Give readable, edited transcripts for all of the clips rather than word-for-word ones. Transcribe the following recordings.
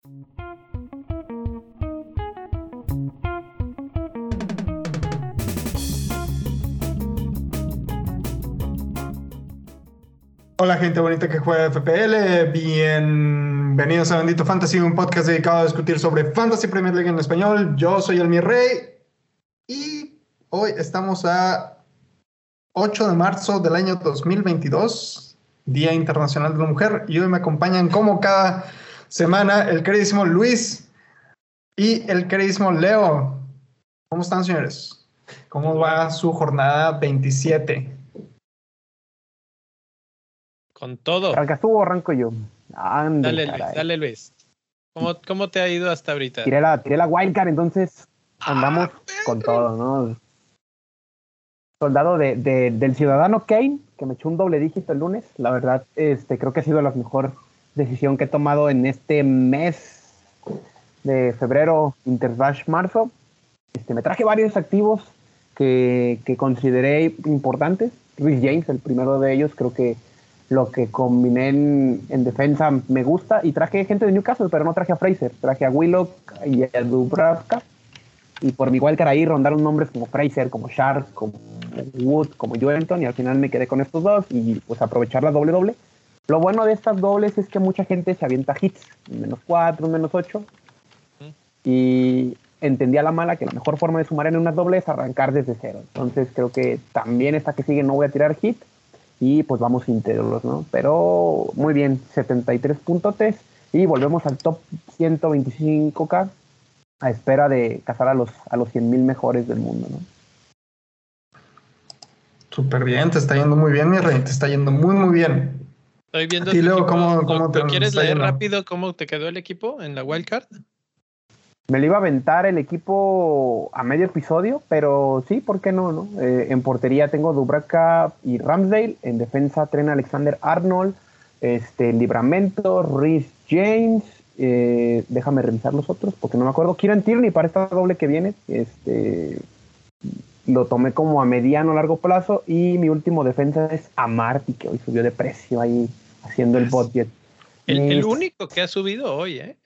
Hola gente bonita que juega FPL, bienvenidos a Bendito Fantasy, un podcast dedicado a discutir sobre Fantasy Premier League en español. Yo soy el Mi Rey y hoy estamos a 8 de marzo del año 2022, Día Internacional de la Mujer, y hoy me acompañan como cada semana el queridísimo Luis y el queridísimo Leo. ¿Cómo están, señores? ¿Cómo va su jornada 27? Con todo. Arrancas arranco yo. Ande, Dale Luis. ¿Cómo te ha ido hasta ahorita? Tiré la wildcard, entonces andamos con todo, ¿no? Soldado del ciudadano Kane, que me echó un doble dígito el lunes. La verdad, creo que ha sido la mejor decisión que he tomado en este mes de febrero, marzo. Me traje varios activos que consideré importantes. Rhys James, el primero de ellos, creo que lo que combiné en defensa me gusta, y traje gente de Newcastle, pero no traje a Fraser, traje a Willock y a Dubravka, y por mi wildcard ahí rondaron nombres como Fraser, como Sharp, como Wood, como Joelinton, y al final me quedé con estos dos, y pues aprovechar la doble. Lo bueno de estas dobles es que mucha gente se avienta hits, -4, -8, y entendí a la mala que la mejor forma de sumar en unas dobles es arrancar desde cero. Entonces creo que también esta que sigue no voy a tirar hit, y pues vamos íntegros, ¿no? Pero muy bien, 73 puntotes, y volvemos al top 125k a espera de cazar a los 100,000 mejores del mundo, ¿no? Súper bien, te está yendo muy bien, mi rey, te está yendo muy, muy bien. Estoy viendo a ti, Leo, ¿cómo te ¿quieres está leer yendo? rápido cómo te quedó el equipo en la wildcard? Me lo iba a aventar el equipo a medio episodio, pero sí, ¿por qué no? En portería tengo Dubravka y Ramsdale. En defensa, Trent Alexander-Arnold. En Livramento, Rhys James. Déjame revisar los otros porque no me acuerdo. Kieran Tierney para esta doble que viene. Lo tomé como a mediano largo plazo. Y mi último defensa es Amarty, que hoy subió de precio ahí haciendo el budget. El único que ha subido hoy, ¿eh?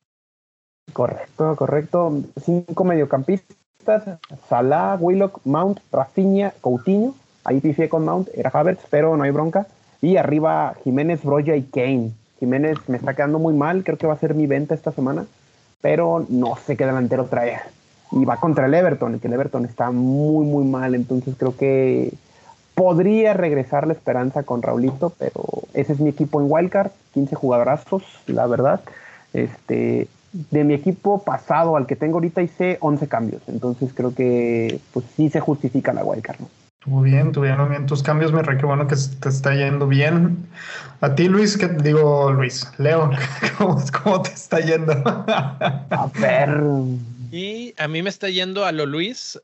Correcto. 5 mediocampistas: Salah, Willock, Mount, Rafinha, Coutinho. Ahí pifié con Mount, era Havertz, pero no hay bronca. Y arriba Jiménez, Broja y Kane. Jiménez me está quedando muy mal, creo que va a ser mi venta esta semana, pero no sé qué delantero traer. Y va contra el Everton, y que el Everton está muy, muy mal, entonces creo que podría regresar la esperanza con Raulito, pero ese es mi equipo en Wildcard, 15 jugadorazos, la verdad. De mi equipo pasado al que tengo ahorita hice 11 cambios, entonces creo que pues sí se justifica la wildcard, ¿no? Estuvo bien tus cambios, mi rey, qué bueno que te está yendo bien. A ti, Luis, Leo, ¿cómo te está yendo? A ver. Y a mí me está yendo a lo Luis,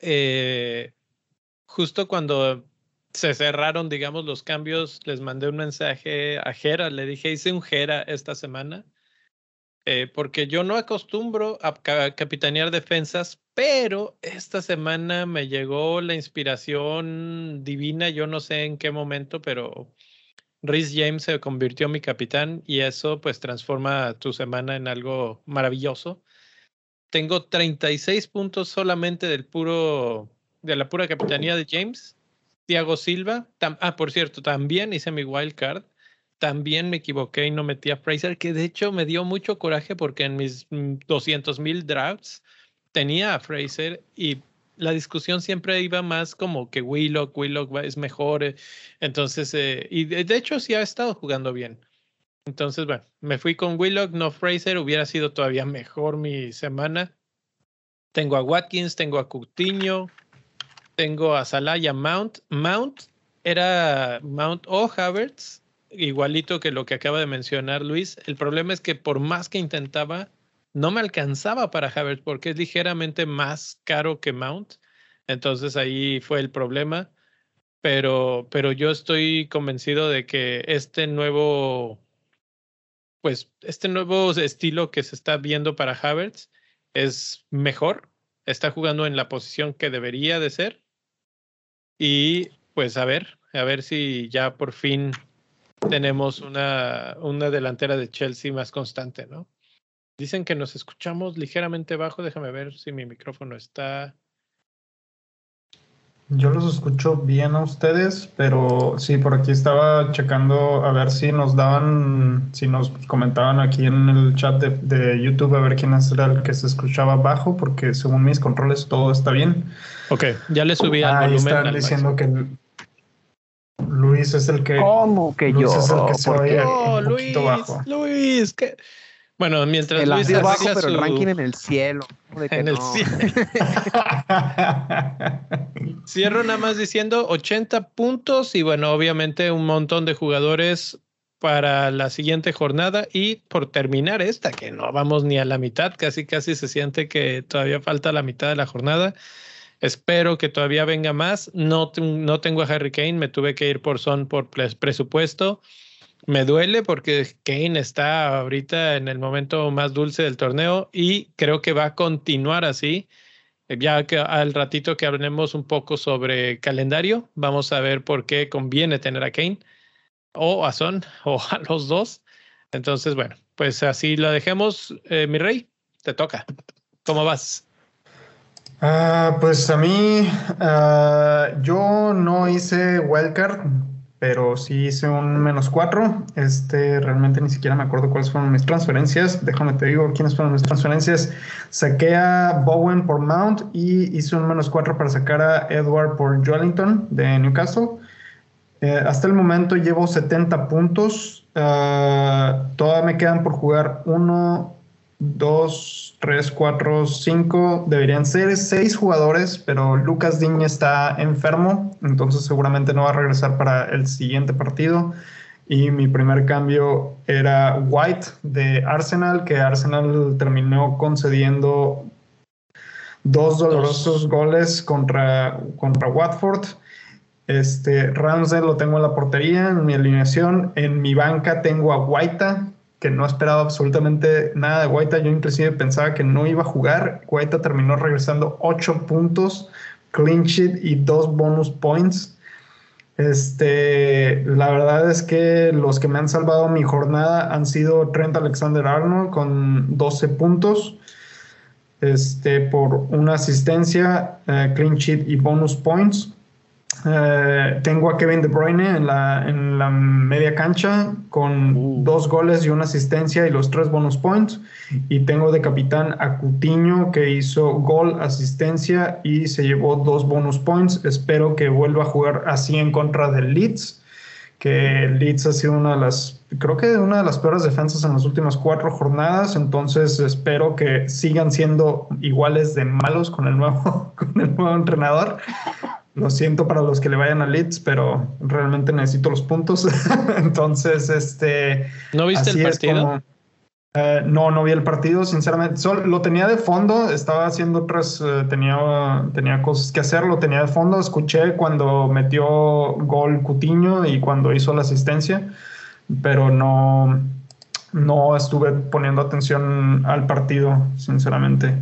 justo cuando se cerraron, digamos, los cambios, les mandé un mensaje a Jera, le dije, hice un Jera esta semana, porque yo no acostumbro a capitanear defensas, pero esta semana me llegó la inspiración divina, yo no sé en qué momento, pero Rhys James se convirtió en mi capitán y eso pues transforma tu semana en algo maravilloso. Tengo 36 puntos solamente de la pura capitanía de James. Thiago Silva, por cierto, también hice mi wild card. También me equivoqué y no metí a Fraser, que de hecho me dio mucho coraje porque en mis 200,000 drafts tenía a Fraser y la discusión siempre iba más como que Willock es mejor. Entonces, y de hecho sí ha estado jugando bien. Entonces, bueno, me fui con Willock, no Fraser, hubiera sido todavía mejor mi semana. Tengo a Watkins, tengo a Coutinho, tengo a Salah y a Mount. Mount era Mount o Havertz, igualito que lo que acaba de mencionar Luis. El problema es que por más que intentaba, no me alcanzaba para Havertz porque es ligeramente más caro que Mount. Entonces ahí fue el problema. Pero yo estoy convencido de que este nuevo estilo que se está viendo para Havertz es mejor. Está jugando en la posición que debería de ser. Y pues a ver si ya por fin tenemos una delantera de Chelsea más constante, ¿no? Dicen que nos escuchamos ligeramente bajo. Déjame ver si mi micrófono está... Yo los escucho bien a ustedes, pero sí, por aquí estaba checando a ver si nos comentaban aquí en el chat de YouTube a ver quién era el que se escuchaba bajo, porque según mis controles todo está bien. Ok, ya le subí al volumen. Ahí están diciendo que Luis es el que... ¿Cómo que Luis yo? es el que se oye un Luis, poquito bajo. Luis, ¿qué? Bueno, mientras El Luis así bajo, arregla pero el su... ranking en el cielo. De que En el no. cielo. Cierro nada más diciendo 80 puntos y bueno, obviamente un montón de jugadores para la siguiente jornada y por terminar esta, que no vamos ni a la mitad, casi se siente que todavía falta la mitad de la jornada. Espero que todavía venga más. No tengo a Harry Kane, me tuve que ir por presupuesto. Me duele porque Kane está ahorita en el momento más dulce del torneo y creo que va a continuar así. Ya que al ratito que hablemos un poco sobre calendario, vamos a ver por qué conviene tener a Kane o a Son o a los dos. Entonces, bueno, pues así lo dejemos. Mi rey, te toca. ¿Cómo vas? Pues a mí, yo no hice wildcard, pero sí hice un -4. Realmente ni siquiera me acuerdo cuáles fueron mis transferencias. Déjame te digo quiénes fueron mis transferencias. Saqué a Bowen por Mount y hice un -4 para sacar a Edward por Joelinton de Newcastle. Hasta el momento llevo 70 puntos. Todavía me quedan por jugar 1, 2, 3, 4, 5. Deberían ser 6 jugadores, pero Lucas Digne está enfermo, entonces seguramente no va a regresar para el siguiente partido. Y mi primer cambio era White de Arsenal, que Arsenal terminó concediendo 2 dolorosos goles contra Watford. Ramsdale lo tengo en la portería, en mi alineación. En mi banca tengo a Guaita, que no esperaba absolutamente nada de Guaita. Yo inclusive pensaba que no iba a jugar. Guaita terminó regresando 8 puntos, clean sheet y 2 bonus points. La verdad es que los que me han salvado mi jornada han sido Trent Alexander-Arnold con 12 puntos. Por una asistencia, clean sheet y bonus points. Tengo a Kevin De Bruyne en la media cancha con 2 goles y una asistencia y los 3 bonus points. Y tengo de capitán a Coutinho, que hizo gol, asistencia y se llevó 2 bonus points. Espero que vuelva a jugar así en contra del Leeds, que el Leeds ha sido una de las peores defensas en las últimas 4 jornadas. Entonces espero que sigan siendo iguales de malos con el nuevo entrenador. Lo siento para los que le vayan a Leeds, pero realmente necesito los puntos. Entonces, ¿No viste el partido? No vi el partido, sinceramente. Solo lo tenía de fondo, estaba haciendo otras, tenía cosas que hacer, lo tenía de fondo. Escuché cuando metió gol Coutinho y cuando hizo la asistencia, pero no estuve poniendo atención al partido, sinceramente.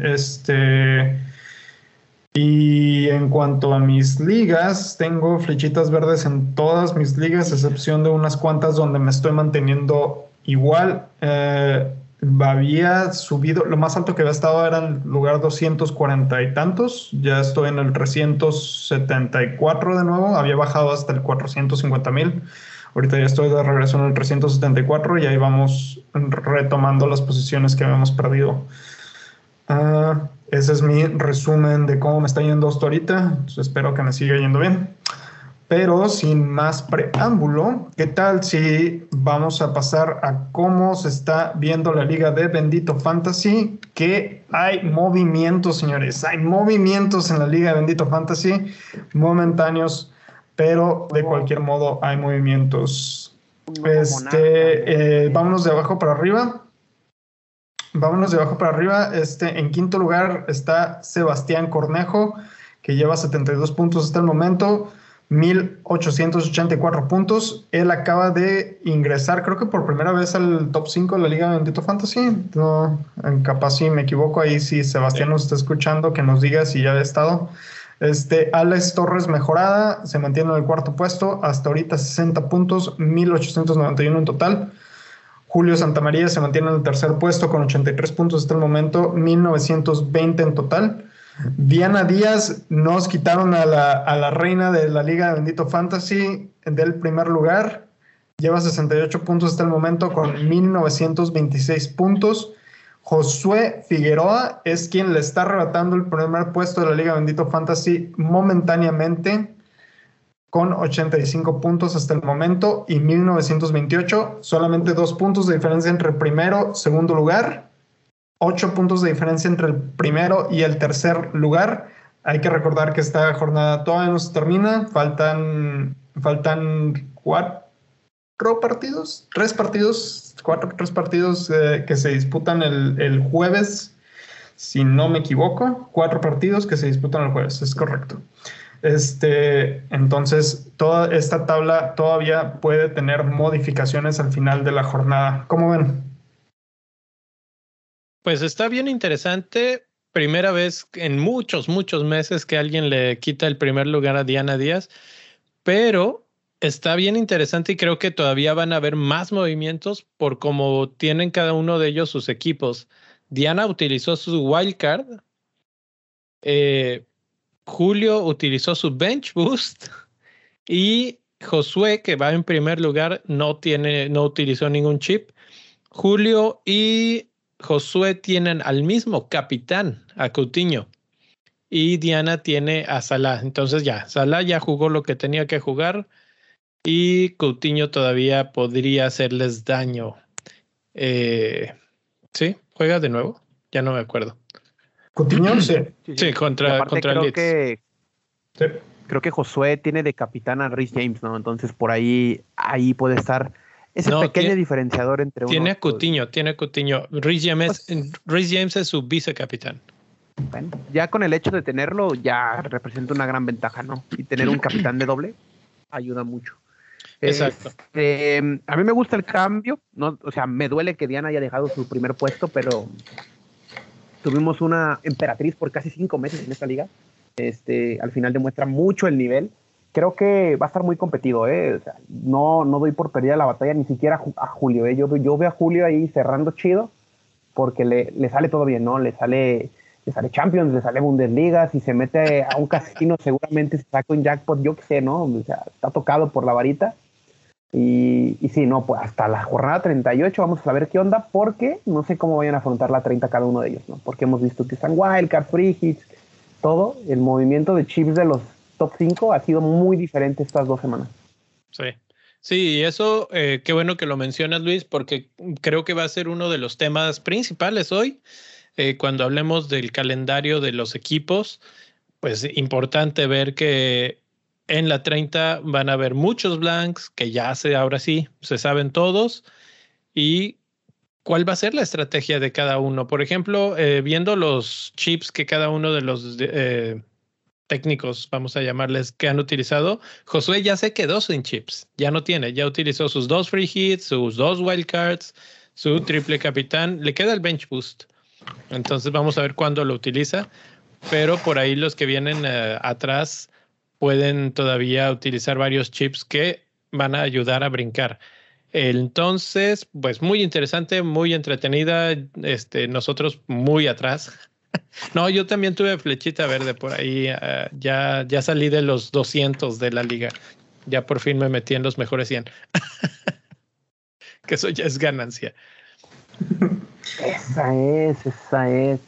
Y en cuanto a mis ligas, tengo flechitas verdes en todas mis ligas, a excepción de unas cuantas donde me estoy manteniendo igual. Había subido, lo más alto que había estado era en lugar 240 y tantos, ya estoy en el 374 de nuevo, había bajado hasta el 450,000. Ahorita ya estoy de regreso en el 374 y ahí vamos retomando las posiciones que habíamos perdido. Ese es mi resumen de cómo me está yendo hasta ahorita. Espero que me siga yendo bien. Pero sin más preámbulo, ¿qué tal si vamos a pasar a cómo se está viendo la liga de Bendito Fantasy? Que hay movimientos, señores. Hay movimientos en la liga de Bendito Fantasy, momentáneos, pero de cualquier modo hay movimientos. Vámonos de abajo para arriba. En quinto lugar está Sebastián Cornejo, que lleva 72 puntos hasta el momento, 1,884 puntos. Él acaba de ingresar, creo que por primera vez al top 5 de la Liga de Bendito Fantasy. No, capaz si me equivoco ahí, si Sebastián nos está escuchando, que nos diga si ya ha estado. Alex Torres Mejorada se mantiene en el cuarto puesto, hasta ahorita 60 puntos, 1,891 en total. Julio Santamaría se mantiene en el tercer puesto con 83 puntos hasta el momento, 1920 en total. Diana Díaz, nos quitaron a la reina de la Liga de Bendito Fantasy del primer lugar. Lleva 68 puntos hasta el momento con 1926 puntos. Josué Figueroa es quien le está arrebatando el primer puesto de la Liga Bendito Fantasy momentáneamente con 85 puntos hasta el momento y 1928, solamente 2 puntos de diferencia entre el primero y segundo lugar, 8 puntos de diferencia entre el primero y el tercer lugar. Hay que recordar que esta jornada todavía no se termina, faltan 3 partidos que se disputan el jueves, si no me equivoco, 4 partidos que se disputan el jueves, es correcto. Entonces, toda esta tabla todavía puede tener modificaciones al final de la jornada. ¿Cómo ven? Pues está bien interesante. Primera vez en muchos meses que alguien le quita el primer lugar a Diana Díaz, pero está bien interesante y creo que todavía van a haber más movimientos por cómo tienen cada uno de ellos sus equipos. Diana utilizó su wildcard. Julio utilizó su bench boost y Josué, que va en primer lugar, no utilizó ningún chip. Julio y Josué tienen al mismo capitán, a Coutinho, y Diana tiene a Salah. Entonces Salah ya jugó lo que tenía que jugar y Coutinho todavía podría hacerles daño. ¿Sí? ¿Juega de nuevo? Ya no me acuerdo. ¿Coutinho? Sí. Sí, contra Leeds. Sí. Creo que Josué tiene de capitán a Reece James, ¿no? Entonces por ahí puede estar ese pequeño diferenciador entre uno. Tiene a Coutinho. Reece James es su vicecapitán. Bueno, ya con el hecho de tenerlo ya representa una gran ventaja, ¿no? Y tener un capitán de doble ayuda mucho. Exacto. A mí me gusta el cambio, ¿no? O sea, me duele que Diana haya dejado su primer puesto, pero tuvimos una emperatriz por casi 5 meses en esta liga. Al final demuestra mucho el nivel. Creo que va a estar muy competido, ¿eh? O sea, no doy por perdida la batalla ni siquiera a Julio, ¿eh? Yo veo a Julio ahí cerrando chido porque le sale todo bien, ¿no? Le sale Champions, le sale Bundesliga, si se mete a un casino seguramente se saca un jackpot, yo qué sé, ¿no? O sea, está tocado por la varita. Y sí, no, pues hasta la jornada 38 vamos a ver qué onda, porque no sé cómo vayan a afrontar la 30 cada uno de ellos, ¿no? Porque hemos visto que están wildcard, free hits, todo. El movimiento de chips de los top 5 ha sido muy diferente estas 2 semanas. Sí, y eso, qué bueno que lo mencionas, Luis, porque creo que va a ser uno de los temas principales hoy, cuando hablemos del calendario de los equipos. Pues importante ver que en la 30 van a haber muchos blanks que ahora sí se saben todos, y cuál va a ser la estrategia de cada uno. Por ejemplo, viendo los chips que cada uno de los técnicos, vamos a llamarles, que han utilizado, Josué ya se quedó sin chips, ya no tiene, ya utilizó sus 2 free hits, sus 2 wildcards, su triple capitán, le queda el bench boost. Entonces vamos a ver cuándo lo utiliza, pero por ahí los que vienen atrás pueden todavía utilizar varios chips que van a ayudar a brincar. Entonces, pues muy interesante, muy entretenida. Nosotros muy atrás. No, yo también tuve flechita verde por ahí. Ya salí de los 200 de la liga. Ya por fin me metí en los mejores 100. Que eso ya es ganancia. Esa es.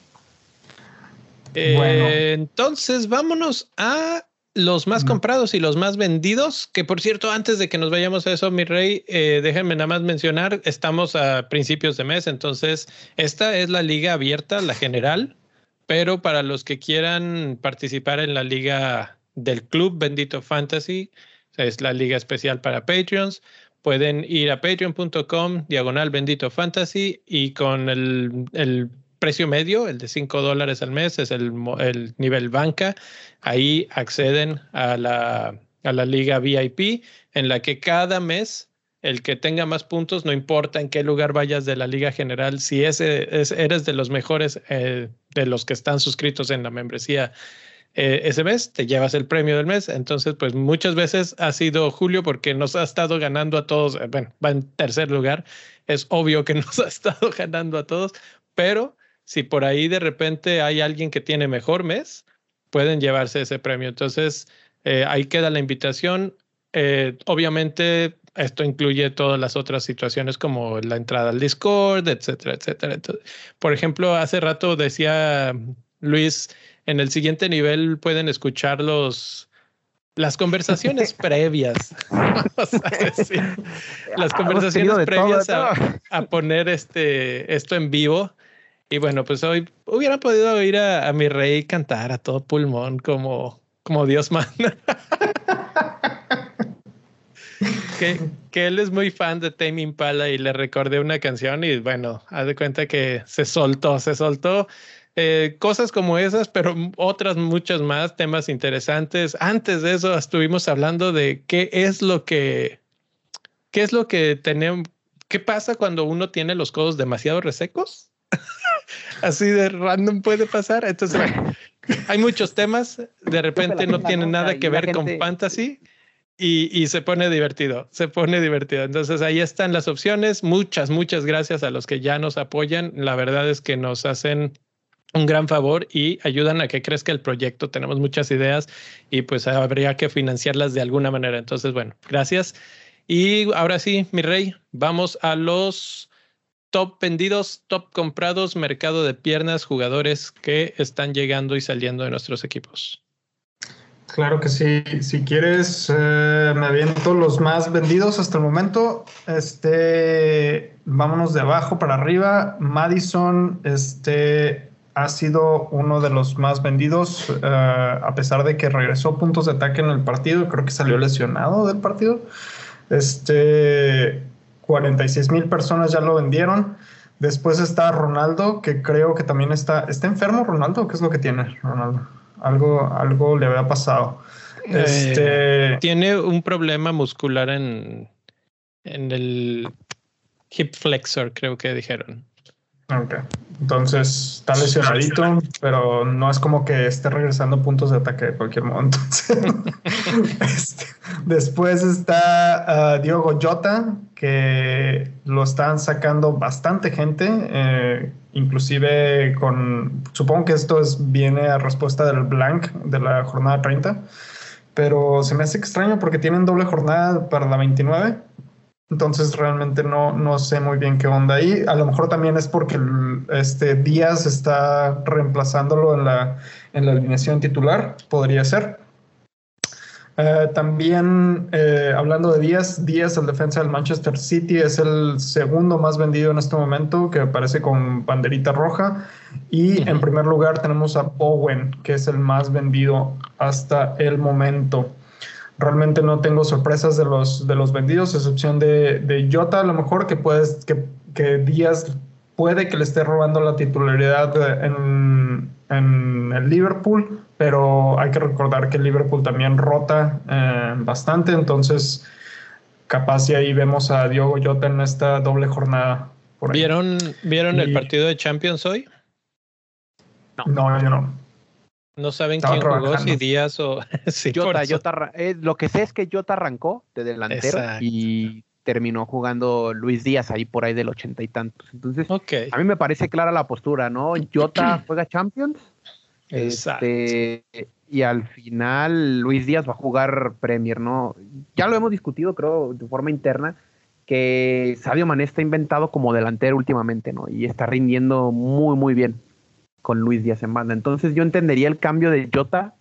Bueno. Entonces, vámonos a los más comprados y los más vendidos, que por cierto, antes de que nos vayamos a eso, mi rey, déjenme nada más mencionar, estamos a principios de mes, entonces esta es la liga abierta, la general, pero para los que quieran participar en la liga del Club Bendito Fantasy, es la liga especial para Patreons, pueden ir a patreon.com/Bendito Fantasy y con el precio medio, el de $5 al mes, es el nivel banca. Ahí acceden a la liga VIP, en la que cada mes el que tenga más puntos, no importa en qué lugar vayas de la liga general, si eres de los mejores, de los que están suscritos en la membresía ese mes, te llevas el premio del mes. Entonces, pues muchas veces ha sido Julio porque nos ha estado ganando a todos. Bueno, va en tercer lugar es obvio que nos ha estado ganando a todos, pero si por ahí de repente hay alguien que tiene mejor mes, pueden llevarse ese premio. Entonces, ahí queda la invitación. Obviamente, esto incluye todas las otras situaciones como la entrada al Discord, etcétera, etcétera. Entonces, por ejemplo, hace rato decía Luis, en el siguiente nivel pueden escuchar las conversaciones previas. Vamos a decir, las conversaciones previas a poner esto en vivo. Y bueno, pues hoy hubiera podido oír a mi rey cantar a todo pulmón como Dios manda. que él es muy fan de Tame Impala y le recordé una canción y bueno, haz de cuenta que se soltó. Cosas como esas, pero otras muchas más, temas interesantes. Antes de eso estuvimos hablando de qué es lo que tenemos, qué pasa cuando uno tiene los codos demasiado resecos. Así de random puede pasar. Entonces, bueno, hay muchos temas. De repente no tienen nada que ver con fantasy y se pone divertido. Entonces, ahí están las opciones. Muchas gracias a los que ya nos apoyan. La verdad es que nos hacen un gran favor y ayudan a que crezca el proyecto. Tenemos muchas ideas y pues habría que financiarlas de alguna manera. Entonces, bueno, gracias. Y ahora sí, mi rey, vamos a los top vendidos, top comprados, mercado de piernas, jugadores que están llegando y saliendo de nuestros equipos. Claro que sí. Si quieres, me aviento los más vendidos hasta el momento. Vámonos de abajo para arriba. Madison, ha sido uno de los más vendidos, a pesar de que regresó puntos de ataque en el partido. Creo que salió lesionado del partido. 46,000 personas ya lo vendieron. Después está Ronaldo, que creo que también está enfermo. ¿Ronaldo? ¿Qué es lo que tiene Ronaldo? Algo le había pasado. Tiene un problema muscular en el hip flexor, creo que dijeron. Ok, entonces está lesionadito, pero no es como que esté regresando puntos de ataque de cualquier modo. Después está Diogo Jota, que lo están sacando bastante gente, inclusive supongo que esto viene a respuesta del blank de la jornada 30, pero se me hace extraño porque tienen doble jornada para la 29. Entonces realmente no sé muy bien qué onda ahí. A lo mejor también es porque Díaz está reemplazándolo en la alineación titular. Podría ser. También hablando de Díaz, el defensa del Manchester City, es el segundo más vendido en este momento, que aparece con banderita roja. Y en primer lugar tenemos a Bowen, que es el más vendido hasta el momento. Realmente no tengo sorpresas de los vendidos, a excepción de Jota, a lo mejor que Díaz puede que le esté robando la titularidad en el Liverpool, pero hay que recordar que el Liverpool también rota bastante, entonces capaz y ahí vemos a Diogo Jota en esta doble jornada. Por ahí. ¿Vieron el partido de Champions hoy? No, yo no. No saben quién jugó, si Díaz o... sí, Jota, lo que sé es que Jota arrancó de delantero. Exacto. Y terminó jugando Luis Díaz ahí por ahí del 80 y tantos. Entonces, a mí me parece clara la postura, ¿no? Jota juega Champions. Exacto. Y al final Luis Díaz va a jugar Premier, ¿no? Ya lo hemos discutido, creo, de forma interna, que Sadio Mané está inventado como delantero últimamente, ¿no? Y está rindiendo muy, muy bien con Luis Díaz en banda. Entonces yo entendería el cambio de Jota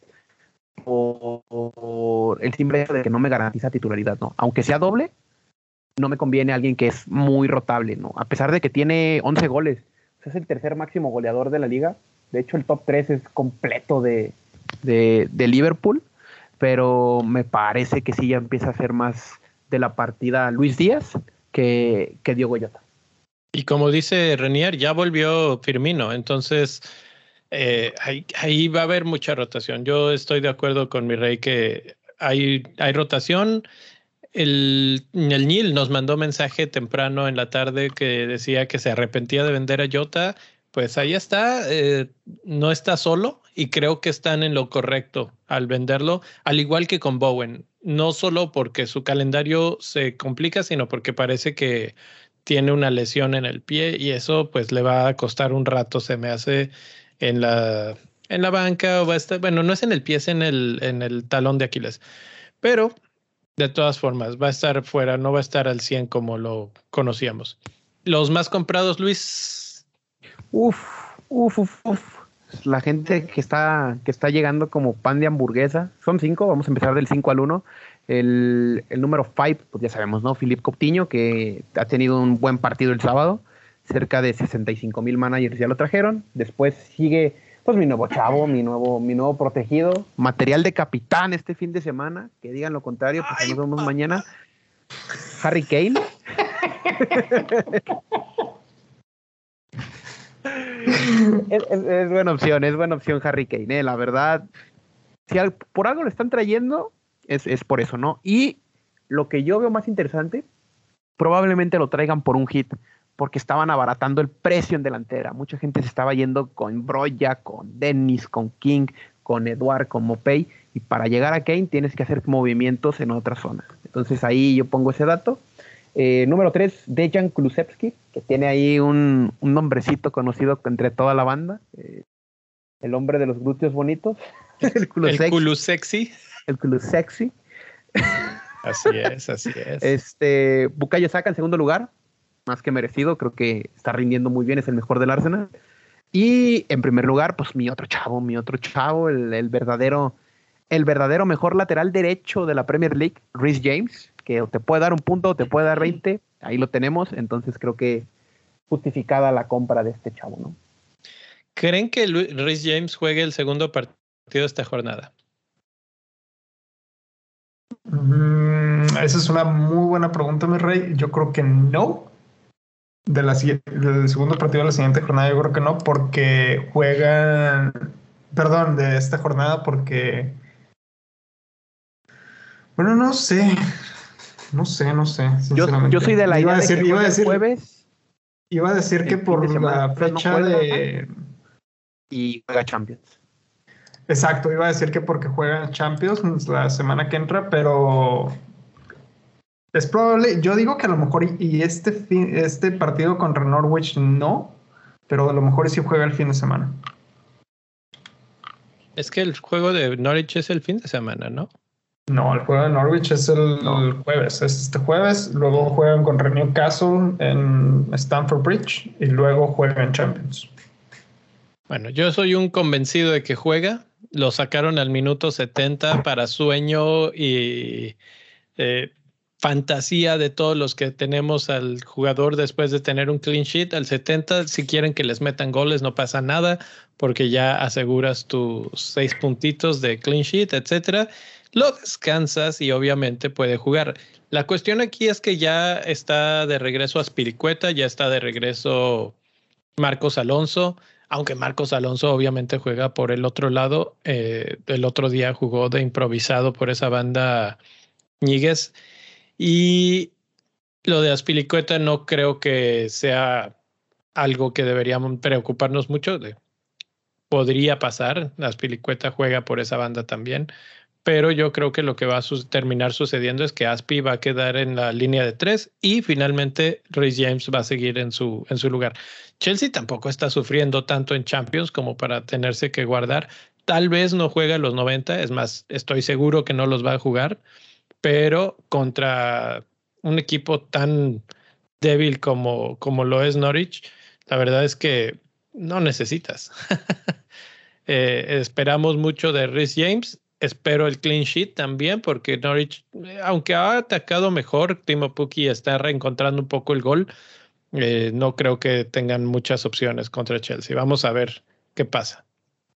por el simple hecho de que no me garantiza titularidad, ¿no? Aunque sea doble, no me conviene alguien que es muy rotable, ¿no? A pesar de que tiene 11 goles. Es el tercer máximo goleador de la liga. De hecho, el top 3 es completo de Liverpool, pero me parece que sí ya empieza a ser más de la partida Luis Díaz que Diogo Jota. Y como dice Renier, ya volvió Firmino, entonces ahí va a haber mucha rotación. Yo estoy de acuerdo con mi rey que hay rotación. El Nil nos mandó mensaje temprano en la tarde que decía que se arrepentía de vender a Jota. Pues ahí está, no está solo y creo que están en lo correcto al venderlo, al igual que con Bowen. No solo porque su calendario se complica, sino porque parece que tiene una lesión en el pie y eso pues le va a costar un rato, se me hace en la banca o va a estar, bueno, no es en el pie, es en el talón de Aquiles, pero de todas formas va a estar fuera, no va a estar al 100 como lo conocíamos. Los más comprados, Luis. Uf. La gente que está llegando como pan de hamburguesa, son 5, vamos a empezar del 5 al 1. El número 5, pues ya sabemos, ¿no? Philippe Coutinho, que ha tenido un buen partido el sábado, cerca de 65,000 managers ya lo trajeron. Después sigue, pues mi nuevo chavo, mi nuevo protegido, material de capitán este fin de semana, que digan lo contrario, pues nos vemos mañana. Harry Kane. Es buena opción Harry Kane, la verdad. Si por algo lo están trayendo, es por eso, ¿no? Y lo que yo veo más interesante, probablemente lo traigan por un hit, porque estaban abaratando el precio en delantera. Mucha gente se estaba yendo con Broja, con Dennis, con King, con Eduard, con Mopey, y para llegar a Kane tienes que hacer movimientos en otra zona. Entonces ahí yo pongo ese dato. Número 3, Dejan Kulusevski, que tiene ahí un nombrecito conocido entre toda la banda. El hombre de los glúteos bonitos. El Kulusexy. El Kulusexy. Así es. Bukayo Saka en segundo lugar, más que merecido, creo que está rindiendo muy bien, es el mejor del Arsenal. Y en primer lugar, pues mi otro chavo, el verdadero mejor lateral derecho de la Premier League, Reece James, que te puede dar un punto o te puede dar 20, ahí lo tenemos, entonces creo que justificada la compra de este chavo, ¿no? ¿Creen que Reece James juegue el segundo partido de esta jornada? Esa es una muy buena pregunta, mi rey. Yo creo que no. Del segundo partido de la siguiente jornada, yo creo que no, porque juegan. Perdón, de esta jornada, porque. Bueno, no sé. Sinceramente. Yo soy de la idea de que iba a decir jueves. Iba a decir que por la fecha de. Y juega Champions. Exacto, iba a decir que porque juega Champions la semana que entra, pero es probable. Yo digo que a lo mejor este partido contra Norwich no, pero a lo mejor sí juega el fin de semana. Es que el juego de Norwich es el fin de semana, ¿no? No, el juego de Norwich es el jueves, es este jueves. Luego juegan contra Newcastle en Stamford Bridge y luego juegan Champions. Bueno, yo soy un convencido de que juega. Lo sacaron al minuto 70 para sueño y fantasía de todos los que tenemos al jugador después de tener un clean sheet. Al 70, si quieren que les metan goles, no pasa nada porque ya aseguras tus 6 puntitos de clean sheet, etcétera. Lo descansas y obviamente puede jugar. La cuestión aquí es que ya está de regreso Azpilicueta, ya está de regreso Marcos Alonso, aunque Marcos Alonso obviamente juega por el otro lado. El otro día jugó de improvisado por esa banda Ñíguez. Y lo de Azpilicueta no creo que sea algo que deberíamos preocuparnos mucho. Podría pasar, Azpilicueta juega por esa banda también, pero yo creo que lo que va a terminar sucediendo es que Azpi va a quedar en la línea de 3 y finalmente Reece James va a seguir en su lugar. Chelsea tampoco está sufriendo tanto en Champions como para tenerse que guardar. Tal vez no juega los 90, es más, estoy seguro que no los va a jugar, pero contra un equipo tan débil como lo es Norwich, la verdad es que no necesitas. Esperamos mucho de Reece James. Espero el clean sheet también, porque Norwich, aunque ha atacado mejor, Timo Pukki está reencontrando un poco el gol. No creo que tengan muchas opciones contra Chelsea. Vamos a ver qué pasa.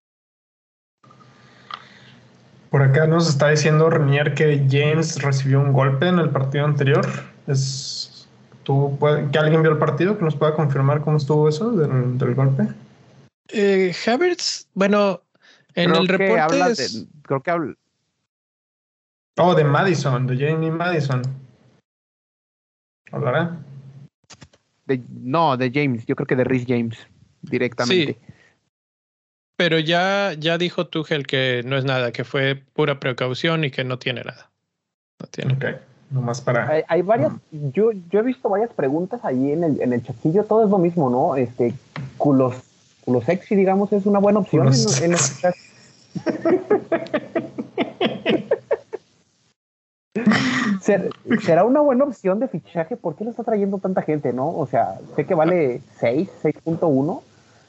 Por acá nos está diciendo Renier que James recibió un golpe en el partido anterior. ¿Que alguien vio el partido? ¿Que nos pueda confirmar cómo estuvo eso del golpe? Havertz, bueno, en el reporte creo que habla. Oh, de Maddison, de Jamie Maddison. ¿Hablará? De James, yo creo que de Reece James, directamente. Sí, pero ya dijo Tuchel que no es nada, que fue pura precaución y que no tiene nada. No tiene. Okay. Nomás para... Hay varias, yo he visto varias preguntas ahí en el chatillo, todo es lo mismo, ¿no? Culo sexy, digamos, es una buena opción en los fichajes. ¿Será una buena opción de fichaje? ¿Por qué lo está trayendo tanta gente, no? O sea, sé que vale 6.1,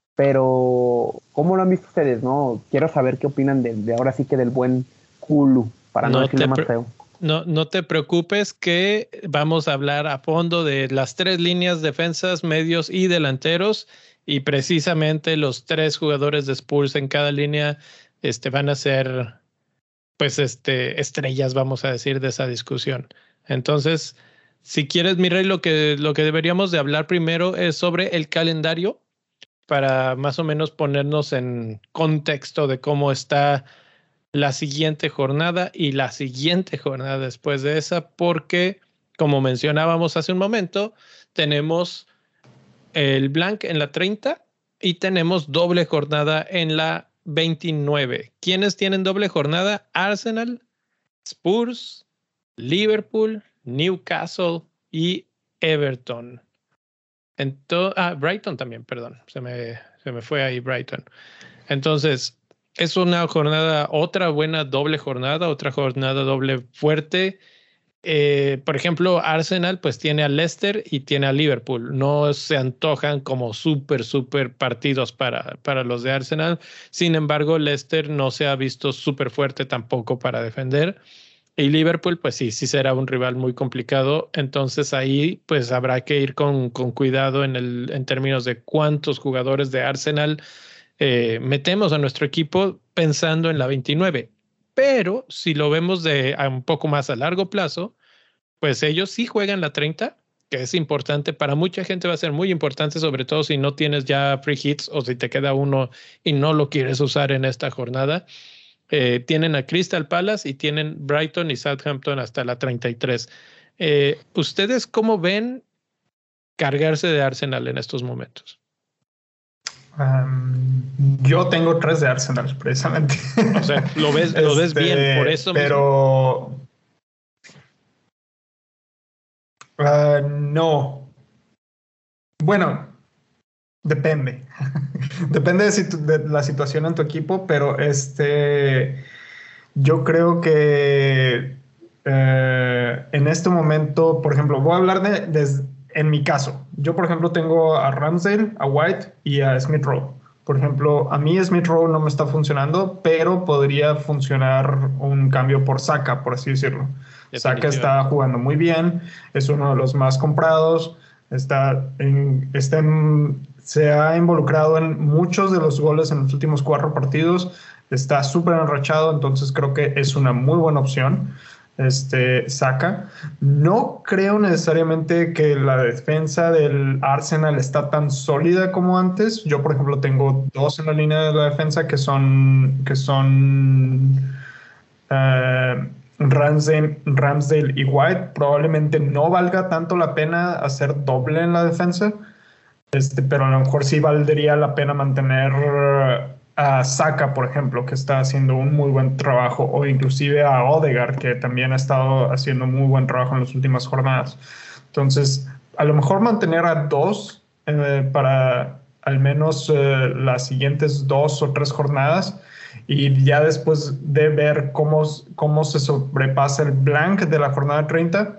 pero ¿cómo lo han visto ustedes, no? Quiero saber qué opinan de ahora sí que del buen Kulu, para no decirle más feo. No te preocupes que vamos a hablar a fondo de las 3 líneas, defensas, medios y delanteros, y precisamente los 3 jugadores de Spurs en cada línea van a ser pues estrellas, vamos a decir, de esa discusión. Entonces, si quieres, mi rey, lo que deberíamos de hablar primero es sobre el calendario, para más o menos ponernos en contexto de cómo está la siguiente jornada y la siguiente jornada después de esa, porque como mencionábamos hace un momento, tenemos el blank en la 30 y tenemos doble jornada en la 29. ¿Quiénes tienen doble jornada? Arsenal, Spurs, Liverpool, Newcastle y Everton. Brighton también, perdón, se me fue ahí Brighton. Entonces, es una jornada, otra buena doble jornada, otra jornada doble fuerte. Por ejemplo, Arsenal pues tiene a Leicester y tiene a Liverpool. No se antojan como súper partidos para los de Arsenal. Sin embargo, Leicester no se ha visto súper fuerte tampoco para defender. Y Liverpool, pues sí será un rival muy complicado. Entonces ahí pues habrá que ir con cuidado en términos de cuántos jugadores de Arsenal metemos a nuestro equipo pensando en la 29. Pero si lo vemos un poco más a largo plazo, pues ellos sí juegan la 30, que es importante. Para mucha gente va a ser muy importante, sobre todo si no tienes ya free hits o si te queda uno y no lo quieres usar en esta jornada. Tienen a Crystal Palace y tienen Brighton y Southampton hasta la 33. ¿Ustedes cómo ven cargarse de Arsenal en estos momentos? Yo tengo 3 de Arsenal, precisamente. O sea, lo ves bien, por eso pero no. Bueno, depende. Depende de la situación en tu equipo, pero yo creo que en este momento, por ejemplo, voy a hablar en mi caso. Yo, por ejemplo, tengo a Ramsdale, a White y a Smith Rowe. Por ejemplo, a mí Smith Rowe no me está funcionando, pero podría funcionar un cambio por Saka, por así decirlo. Saka está jugando muy bien, es uno de los más comprados, se ha involucrado en muchos de los goles en los últimos 4 partidos, está súper enrachado, entonces creo que es una muy buena opción. Saka. No creo necesariamente que la defensa del Arsenal está tan sólida como antes. Yo, por ejemplo, tengo 2 en la línea de la defensa que son Ramsdale y White. Probablemente no valga tanto la pena hacer doble en la defensa, pero a lo mejor sí valdría la pena mantener a Saka, por ejemplo, que está haciendo un muy buen trabajo, o inclusive a Odegaard, que también ha estado haciendo muy buen trabajo en las últimas jornadas. Entonces, a lo mejor mantener a 2 para al menos las siguientes 2 o 3 jornadas, y ya después de ver cómo se sobrepasa el blank de la jornada 30,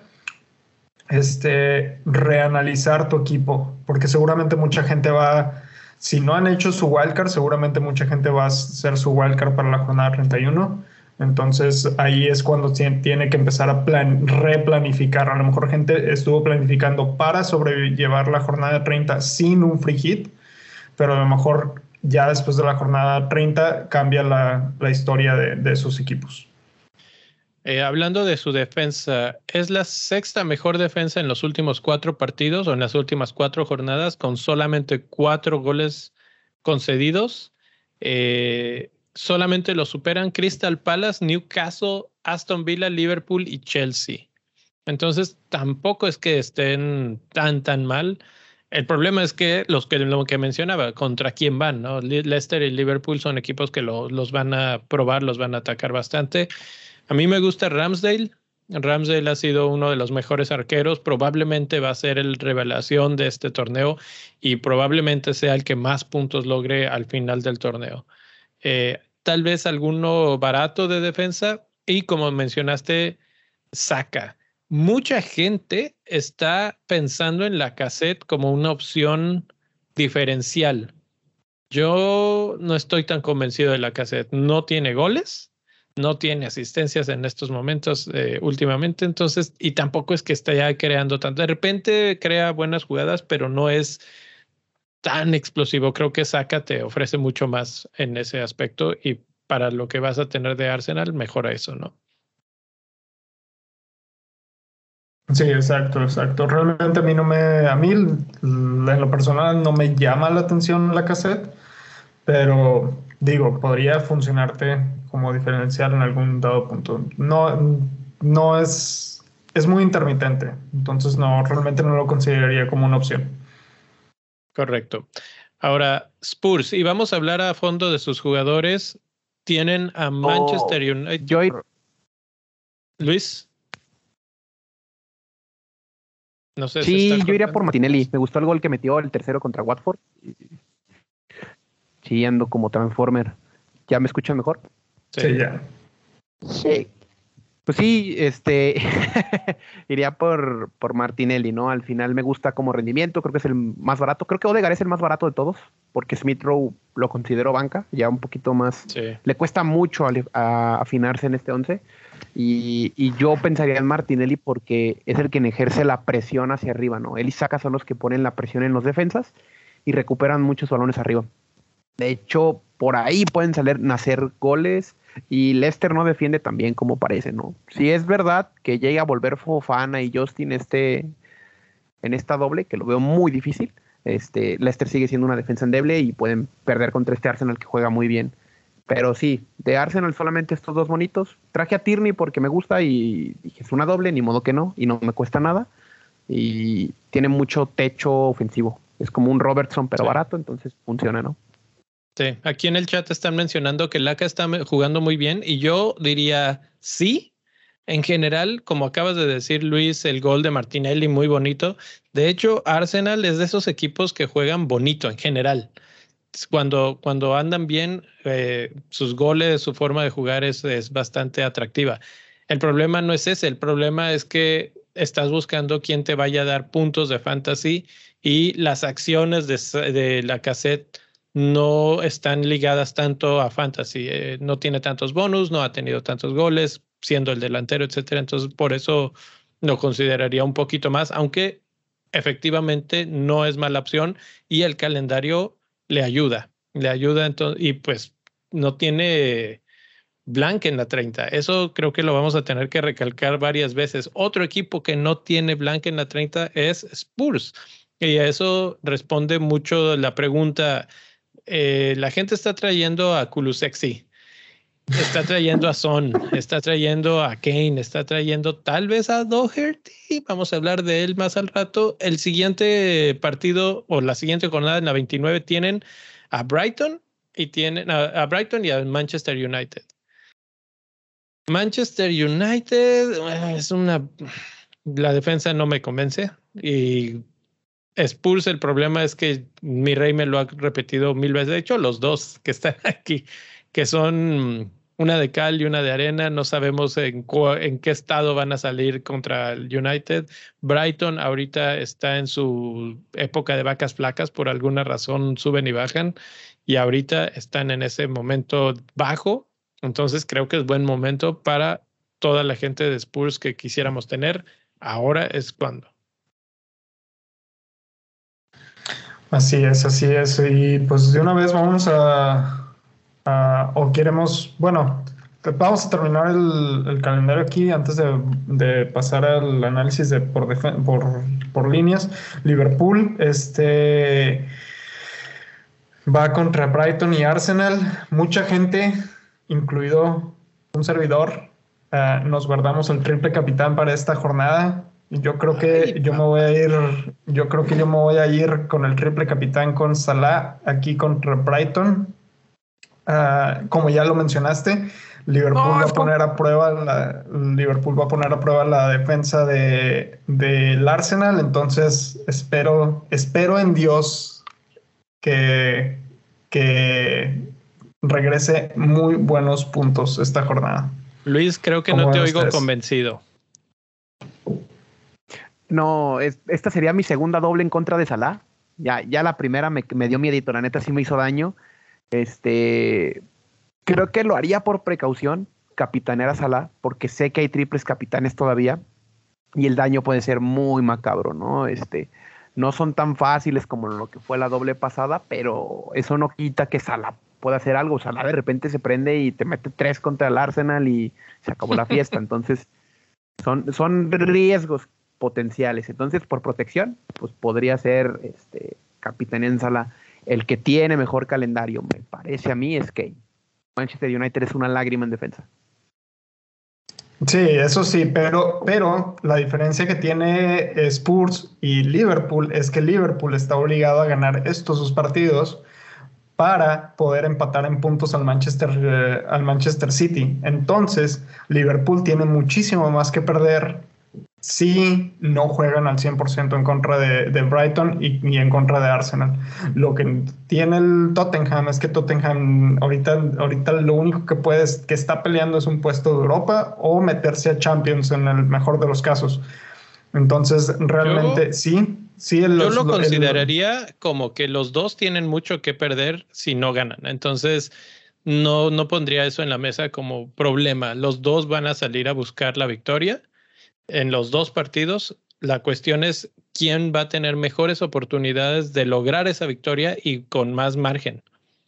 reanalizar tu equipo, porque seguramente mucha gente si no han hecho su wildcard, seguramente mucha gente va a hacer su wildcard para la jornada 31. Entonces ahí es cuando tiene que empezar a replanificar. A lo mejor gente estuvo planificando para sobrellevar la jornada 30 sin un free hit, pero a lo mejor ya después de la jornada 30 cambia la historia de sus equipos. Hablando de su defensa, es la 6ª mejor defensa en los últimos 4 partidos o en las últimas 4 jornadas, con solamente 4 goles concedidos. Solamente lo superan Crystal Palace, Newcastle, Aston Villa, Liverpool y Chelsea. Entonces tampoco es que estén tan mal. El problema es que lo que mencionaba, contra quién van, ¿no? Leicester y Liverpool son equipos que los van a probar, los van a atacar bastante. A mí me gusta Ramsdale, Ramsdale ha sido uno de los mejores arqueros, probablemente va a ser el revelación de este torneo y probablemente sea el que más puntos logre al final del torneo. Tal vez alguno barato de defensa y como mencionaste, Saka. Mucha gente está pensando en Lacazette como una opción diferencial. Yo no estoy tan convencido de Lacazette. No tiene goles, no tiene asistencias en estos momentos últimamente, entonces, y tampoco es que esté ya creando tanto. De repente crea buenas jugadas, pero no es tan explosivo. Creo que Saka te ofrece mucho más en ese aspecto y para lo que vas a tener de Arsenal, mejora eso, ¿no? Sí, exacto. Realmente a mí en lo personal no me llama la atención la cassette, pero digo, podría funcionarte como diferencial en algún dado punto. No es muy intermitente, entonces realmente no lo consideraría como una opción. Correcto. Ahora, Spurs, y vamos a hablar a fondo de sus jugadores. Tienen a Manchester United. Luis. No sé si sí, yo iría por Martinelli. Me gustó el gol que metió, el tercero contra Watford. Sí, ando como Transformer. ¿Ya me escuchan mejor? Sí, ya. Sí. Pues sí, iría por Martinelli, ¿no? Al final me gusta como rendimiento, creo que es el más barato. Creo que Odegaard es el más barato de todos, porque Smith Rowe lo considero banca, ya un poquito más. Sí. Le cuesta mucho a afinarse en este 11. Y yo pensaría en Martinelli porque es el que ejerce la presión hacia arriba, ¿no? Él y Saka son los que ponen la presión en los defensas y recuperan muchos balones arriba. De hecho, por ahí pueden nacer goles y Leicester no defiende tan bien como parece, ¿no? Si es verdad que llega a volver Fofana y Justin en esta doble, que lo veo muy difícil, Leicester sigue siendo una defensa endeble y pueden perder contra este Arsenal que juega muy bien. Pero sí, de Arsenal solamente estos dos bonitos. Traje a Tierney porque me gusta y dije, es una doble, ni modo que no, y no me cuesta nada. Y tiene mucho techo ofensivo. Es como un Robertson, pero barato, entonces funciona, ¿no? Sí, aquí en el chat están mencionando que Laka está jugando muy bien y yo diría sí. En general, como acabas de decir, Luis, el gol de Martinelli muy bonito. De hecho, Arsenal es de esos equipos que juegan bonito en general. Cuando andan bien, sus goles, su forma de jugar es bastante atractiva. El problema no es ese, el problema es que estás buscando quién te vaya a dar puntos de fantasy y las acciones de Lacazette no están ligadas tanto a fantasy. No tiene tantos bonus, no ha tenido tantos goles, siendo el delantero, etcétera. Entonces, por eso lo consideraría un poquito más, aunque efectivamente no es mala opción y el calendario le ayuda entonces, y pues no tiene blank en la 30. Eso creo que lo vamos a tener que recalcar varias veces. Otro equipo que no tiene blank en la 30 es Spurs. Y a eso responde mucho la pregunta. La gente está trayendo a Kulusevski, está trayendo a Son, está trayendo a Kane, está trayendo tal vez a Doherty. Vamos a hablar de él más al rato. El siguiente partido o la siguiente jornada en la 29 tienen a Brighton y tienen a Brighton y a Manchester United. Manchester United la defensa no me convence y Spurs, el problema es que mi rey me lo ha repetido 1000 veces. De hecho, los dos que están aquí, que son una de cal y una de arena, no sabemos en qué estado van a salir contra el United. Brighton ahorita está en su época de vacas flacas, por alguna razón suben y bajan, y ahorita están en ese momento bajo. Entonces creo que es buen momento para toda la gente de Spurs que quisiéramos tener. Ahora es cuando. Así es. Y pues de una vez vamos o queremos, bueno, vamos a terminar el calendario aquí antes de pasar al análisis por líneas. Liverpool, va contra Brighton y Arsenal. Mucha gente, incluido un servidor, nos guardamos el triple capitán para esta jornada. Yo creo que yo me voy a ir con el triple capitán con Salah aquí contra Brighton. como ya lo mencionaste, Liverpool va a poner a prueba la defensa del Arsenal. Entonces espero en Dios que regrese muy buenos puntos esta jornada. Luis, creo que no te oigo convencido. No, esta sería mi segunda doble en contra de Salah. Ya la primera me dio miedito, la neta sí me hizo daño. Creo que lo haría por precaución, capitanear a Salah, porque sé que hay triples capitanes todavía y el daño puede ser muy macabro, ¿no? No son tan fáciles como lo que fue la doble pasada, pero eso no quita que Salah pueda hacer algo. Salah de repente se prende y te mete 3 contra el Arsenal y se acabó la fiesta. Entonces, son riesgos potenciales. Entonces, por protección, pues podría ser capitán en Salah. El que tiene mejor calendario, me parece a mí, es Kane. Manchester United es una lágrima en defensa. Sí, eso sí, pero la diferencia que tiene Spurs y Liverpool es que Liverpool está obligado a ganar estos sus partidos para poder empatar en puntos al Manchester City. Entonces, Liverpool tiene muchísimo más que perder si no juegan al 100% en contra de Brighton y en contra de Arsenal. Lo que tiene el Tottenham es que Tottenham ahorita lo único que está peleando es un puesto de Europa o meterse a Champions en el mejor de los casos. Entonces, realmente yo lo consideraría como que los dos tienen mucho que perder si no ganan. Entonces, no pondría eso en la mesa como problema. Los dos van a salir a buscar la victoria en los dos partidos. La cuestión es quién va a tener mejores oportunidades de lograr esa victoria y con más margen.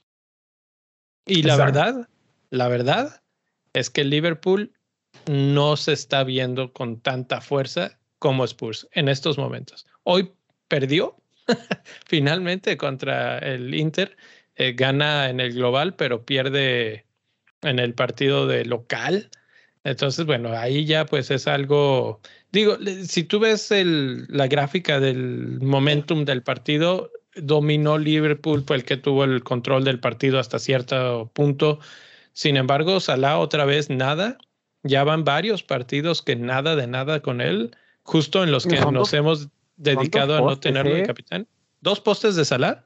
Y la verdad es que Liverpool no se está viendo con tanta fuerza como Spurs en estos momentos. Hoy perdió finalmente contra el Inter, gana en el global, pero pierde en el partido de local. Entonces, bueno, ahí ya pues es algo, digo, si tú ves la gráfica del momentum del partido, dominó Liverpool, fue el que tuvo el control del partido hasta cierto punto. Sin embargo, Salah otra vez nada. Ya van varios partidos que nada de nada con él, justo en los que nos hemos dedicado a no tenerlo de capitán. 2 postes de Salah.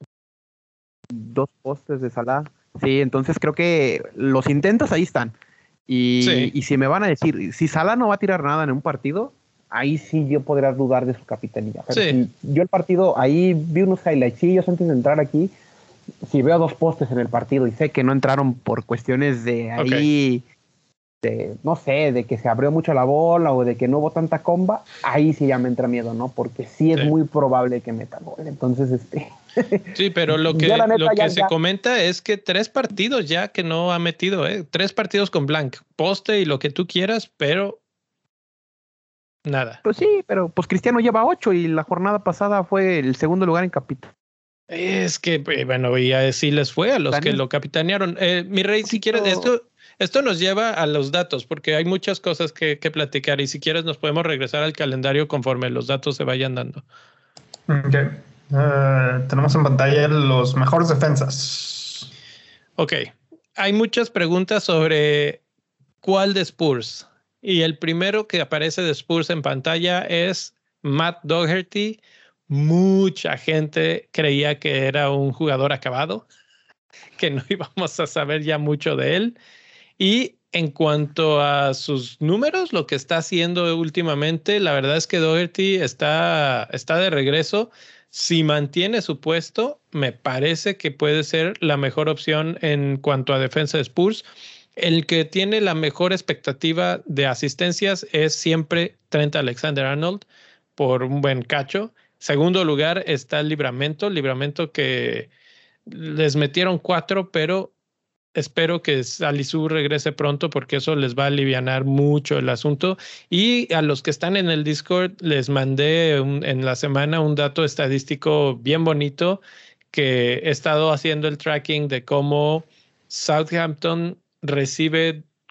2 postes de Salah. Sí, entonces creo que los intentos ahí están. Y si me van a decir, si Salah no va a tirar nada en un partido, ahí sí yo podría dudar de su capitanía. Pero si yo el partido, ahí vi unos highlights antes de entrar aquí, si veo 2 postes en el partido y sé que no entraron por cuestiones de ahí, no sé, de que se abrió mucho la bola o de que no hubo tanta comba, ahí sí ya me entra miedo, ¿no? Porque sí es muy probable que meta gol. Entonces, Sí, pero lo que se comenta es que 3 partidos ya que no ha metido, 3 partidos con blank, poste y lo que tú quieras, pero nada. Pues sí, pero pues Cristiano lleva 8 y la jornada pasada fue el segundo lugar en capitán. Es que, bueno, y así les fue a los que lo capitanearon. Mi rey, si quieres, esto nos lleva a los datos, porque hay muchas cosas que platicar y si quieres nos podemos regresar al calendario conforme los datos se vayan dando. Okay. Tenemos en pantalla los mejores defensas. Ok. Hay muchas preguntas sobre cuál de Spurs. Y el primero que aparece de Spurs en pantalla es Matt Doherty. Mucha gente creía que era un jugador acabado, que no íbamos a saber ya mucho de él. Y en cuanto a sus números, lo que está haciendo últimamente, la verdad es que Doherty está de regreso. Si mantiene su puesto, me parece que puede ser la mejor opción en cuanto a defensa de Spurs. El que tiene la mejor expectativa de asistencias es siempre Trent Alexander-Arnold por un buen cacho. Segundo lugar está el Livramento que les metieron 4, pero espero que Salisu regrese pronto porque eso les va a alivianar mucho el asunto. Y a los que están en el Discord les mandé en la semana un dato estadístico bien bonito que he estado haciendo el tracking de cómo Southampton recibe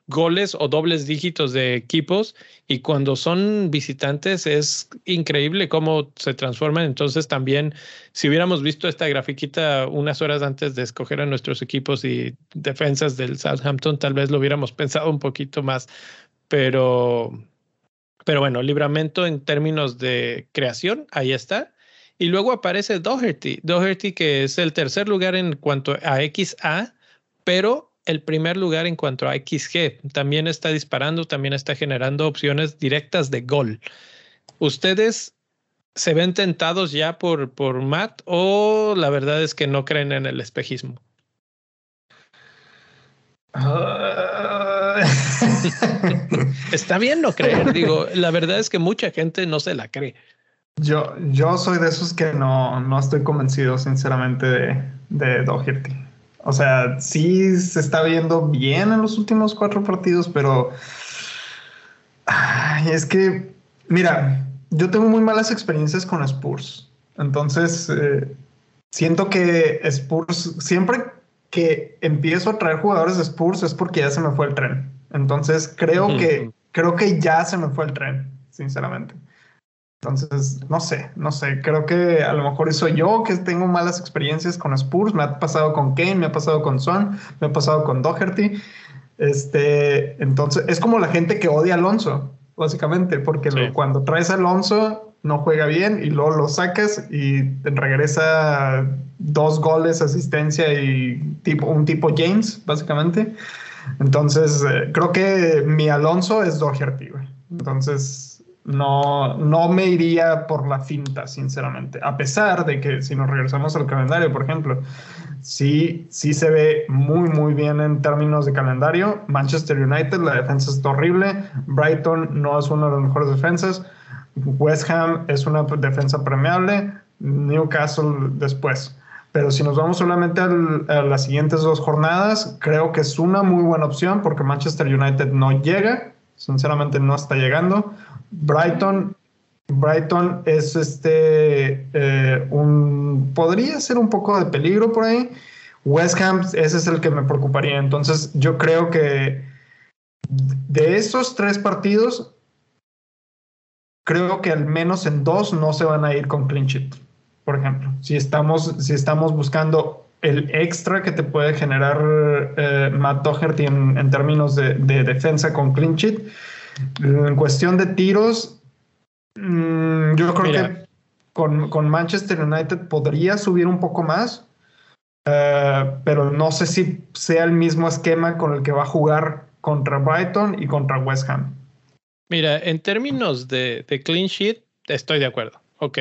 goles o dobles dígitos de equipos, y cuando son visitantes es increíble cómo se transforman. Entonces también, si hubiéramos visto esta grafiquita unas horas antes de escoger a nuestros equipos y defensas del Southampton, tal vez lo hubiéramos pensado un poquito más, pero bueno, Livramento en términos de creación, ahí está. Y luego aparece Doherty, que es el tercer lugar en cuanto a XA, pero el primer lugar en cuanto a XG. También está disparando, también está generando opciones directas de gol. ¿Ustedes se ven tentados ya por Matt, o la verdad es que no creen en el espejismo? Está bien no creer, digo, la verdad es que mucha gente no se la cree. Yo soy de esos que no estoy convencido, sinceramente, de Doherty. O sea, sí se está viendo bien en los últimos 4 partidos, pero es que, mira, yo tengo muy malas experiencias con Spurs. Entonces, siento que Spurs, siempre que empiezo a traer jugadores de Spurs es porque ya se me fue el tren. Entonces, creo que ya se me fue el tren, sinceramente. Entonces, no sé, creo que a lo mejor soy yo que tengo malas experiencias con Spurs. Me ha pasado con Kane, me ha pasado con Son, me ha pasado con Doherty. Entonces, es como la gente que odia a Alonso, básicamente, porque Sí. cuando traes a Alonso no juega bien y luego lo sacas y te regresa 2 goles, asistencia y un tipo James, básicamente. Entonces, creo que mi Alonso es Doherty, güey. Entonces, no me iría por la finta, sinceramente. A pesar de que si nos regresamos al calendario, por ejemplo, sí se ve muy, muy bien en términos de calendario. Manchester United, la defensa es horrible. Brighton no es una de las mejores defensas. West Ham es una defensa premiable. Newcastle después. Pero si nos vamos solamente a las siguientes 2 jornadas, creo que es una muy buena opción porque Manchester United no llega. Sinceramente no está llegando. Brighton es podría ser un poco de peligro por ahí. West Ham, ese es el que me preocuparía. Entonces yo creo que de esos 3 partidos, creo que al menos en 2 no se van a ir con clean sheet. Por ejemplo, si estamos buscando el extra que te puede generar Matt Doherty en términos de defensa con clean sheet, en cuestión de tiros, yo creo que con Manchester United podría subir un poco más, pero no sé si sea el mismo esquema con el que va a jugar contra Brighton y contra West Ham. Mira, en términos de clean sheet, estoy de acuerdo. Ok.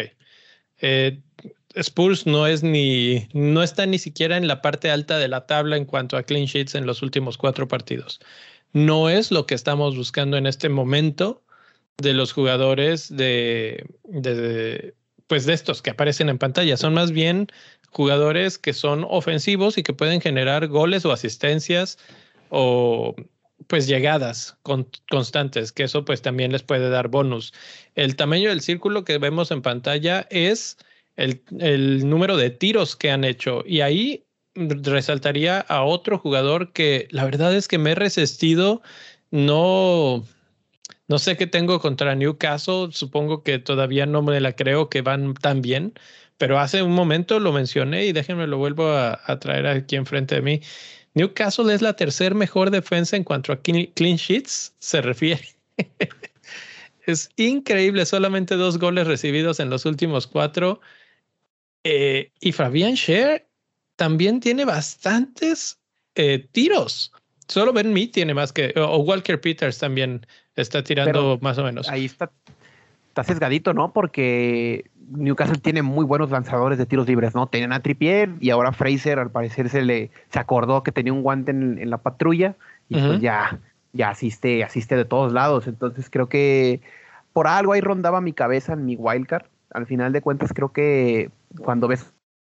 Spurs no está ni siquiera en la parte alta de la tabla en cuanto a clean sheets en los últimos 4 partidos. No es lo que estamos buscando en este momento de los jugadores pues de estos que aparecen en pantalla. Son más bien jugadores que son ofensivos y que pueden generar goles o asistencias o pues llegadas constantes, que eso pues también les puede dar bonus. El tamaño del círculo que vemos en pantalla es el número de tiros que han hecho, y ahí resaltaría a otro jugador que la verdad es que me he resistido. No sé qué tengo contra Newcastle, supongo que todavía no me la creo que van tan bien, pero hace un momento lo mencioné y déjenme lo vuelvo a traer aquí enfrente de mí. Newcastle es la tercer mejor defensa en cuanto a clean sheets se refiere. Es increíble, solamente 2 goles recibidos en los últimos 4. Y Fabian Schär también tiene bastantes tiros. Solo Ben Mee tiene más o Walker Peters también está tirando más o menos. Ahí está sesgadito, ¿no? Porque Newcastle tiene muy buenos lanzadores de tiros libres, ¿no? Tenían a Trippier y ahora Fraser al parecer se acordó que tenía un guante en la patrulla y pues ya asiste de todos lados. Entonces creo que por algo ahí rondaba mi cabeza en mi wildcard. Al final de cuentas creo que cuando ves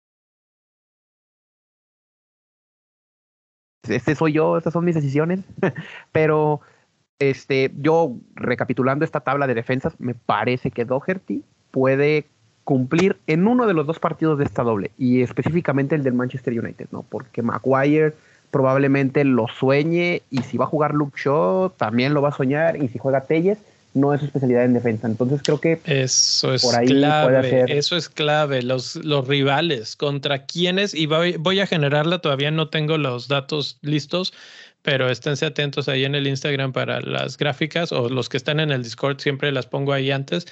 soy yo, estas son mis decisiones, pero yo recapitulando esta tabla de defensas, me parece que Doherty puede cumplir en uno de los 2 partidos de esta doble, y específicamente el del Manchester United, ¿no? Porque Maguire probablemente lo sueñe, y si va a jugar Luke Shaw, también lo va a soñar, y si juega Telles, no es su especialidad en defensa. Entonces creo que eso es por ahí clave, puede hacer. eso es clave, los rivales, contra quiénes, y voy a generarla, todavía no tengo los datos listos, pero esténse atentos ahí en el Instagram para las gráficas, o los que están en el Discord, siempre las pongo ahí antes.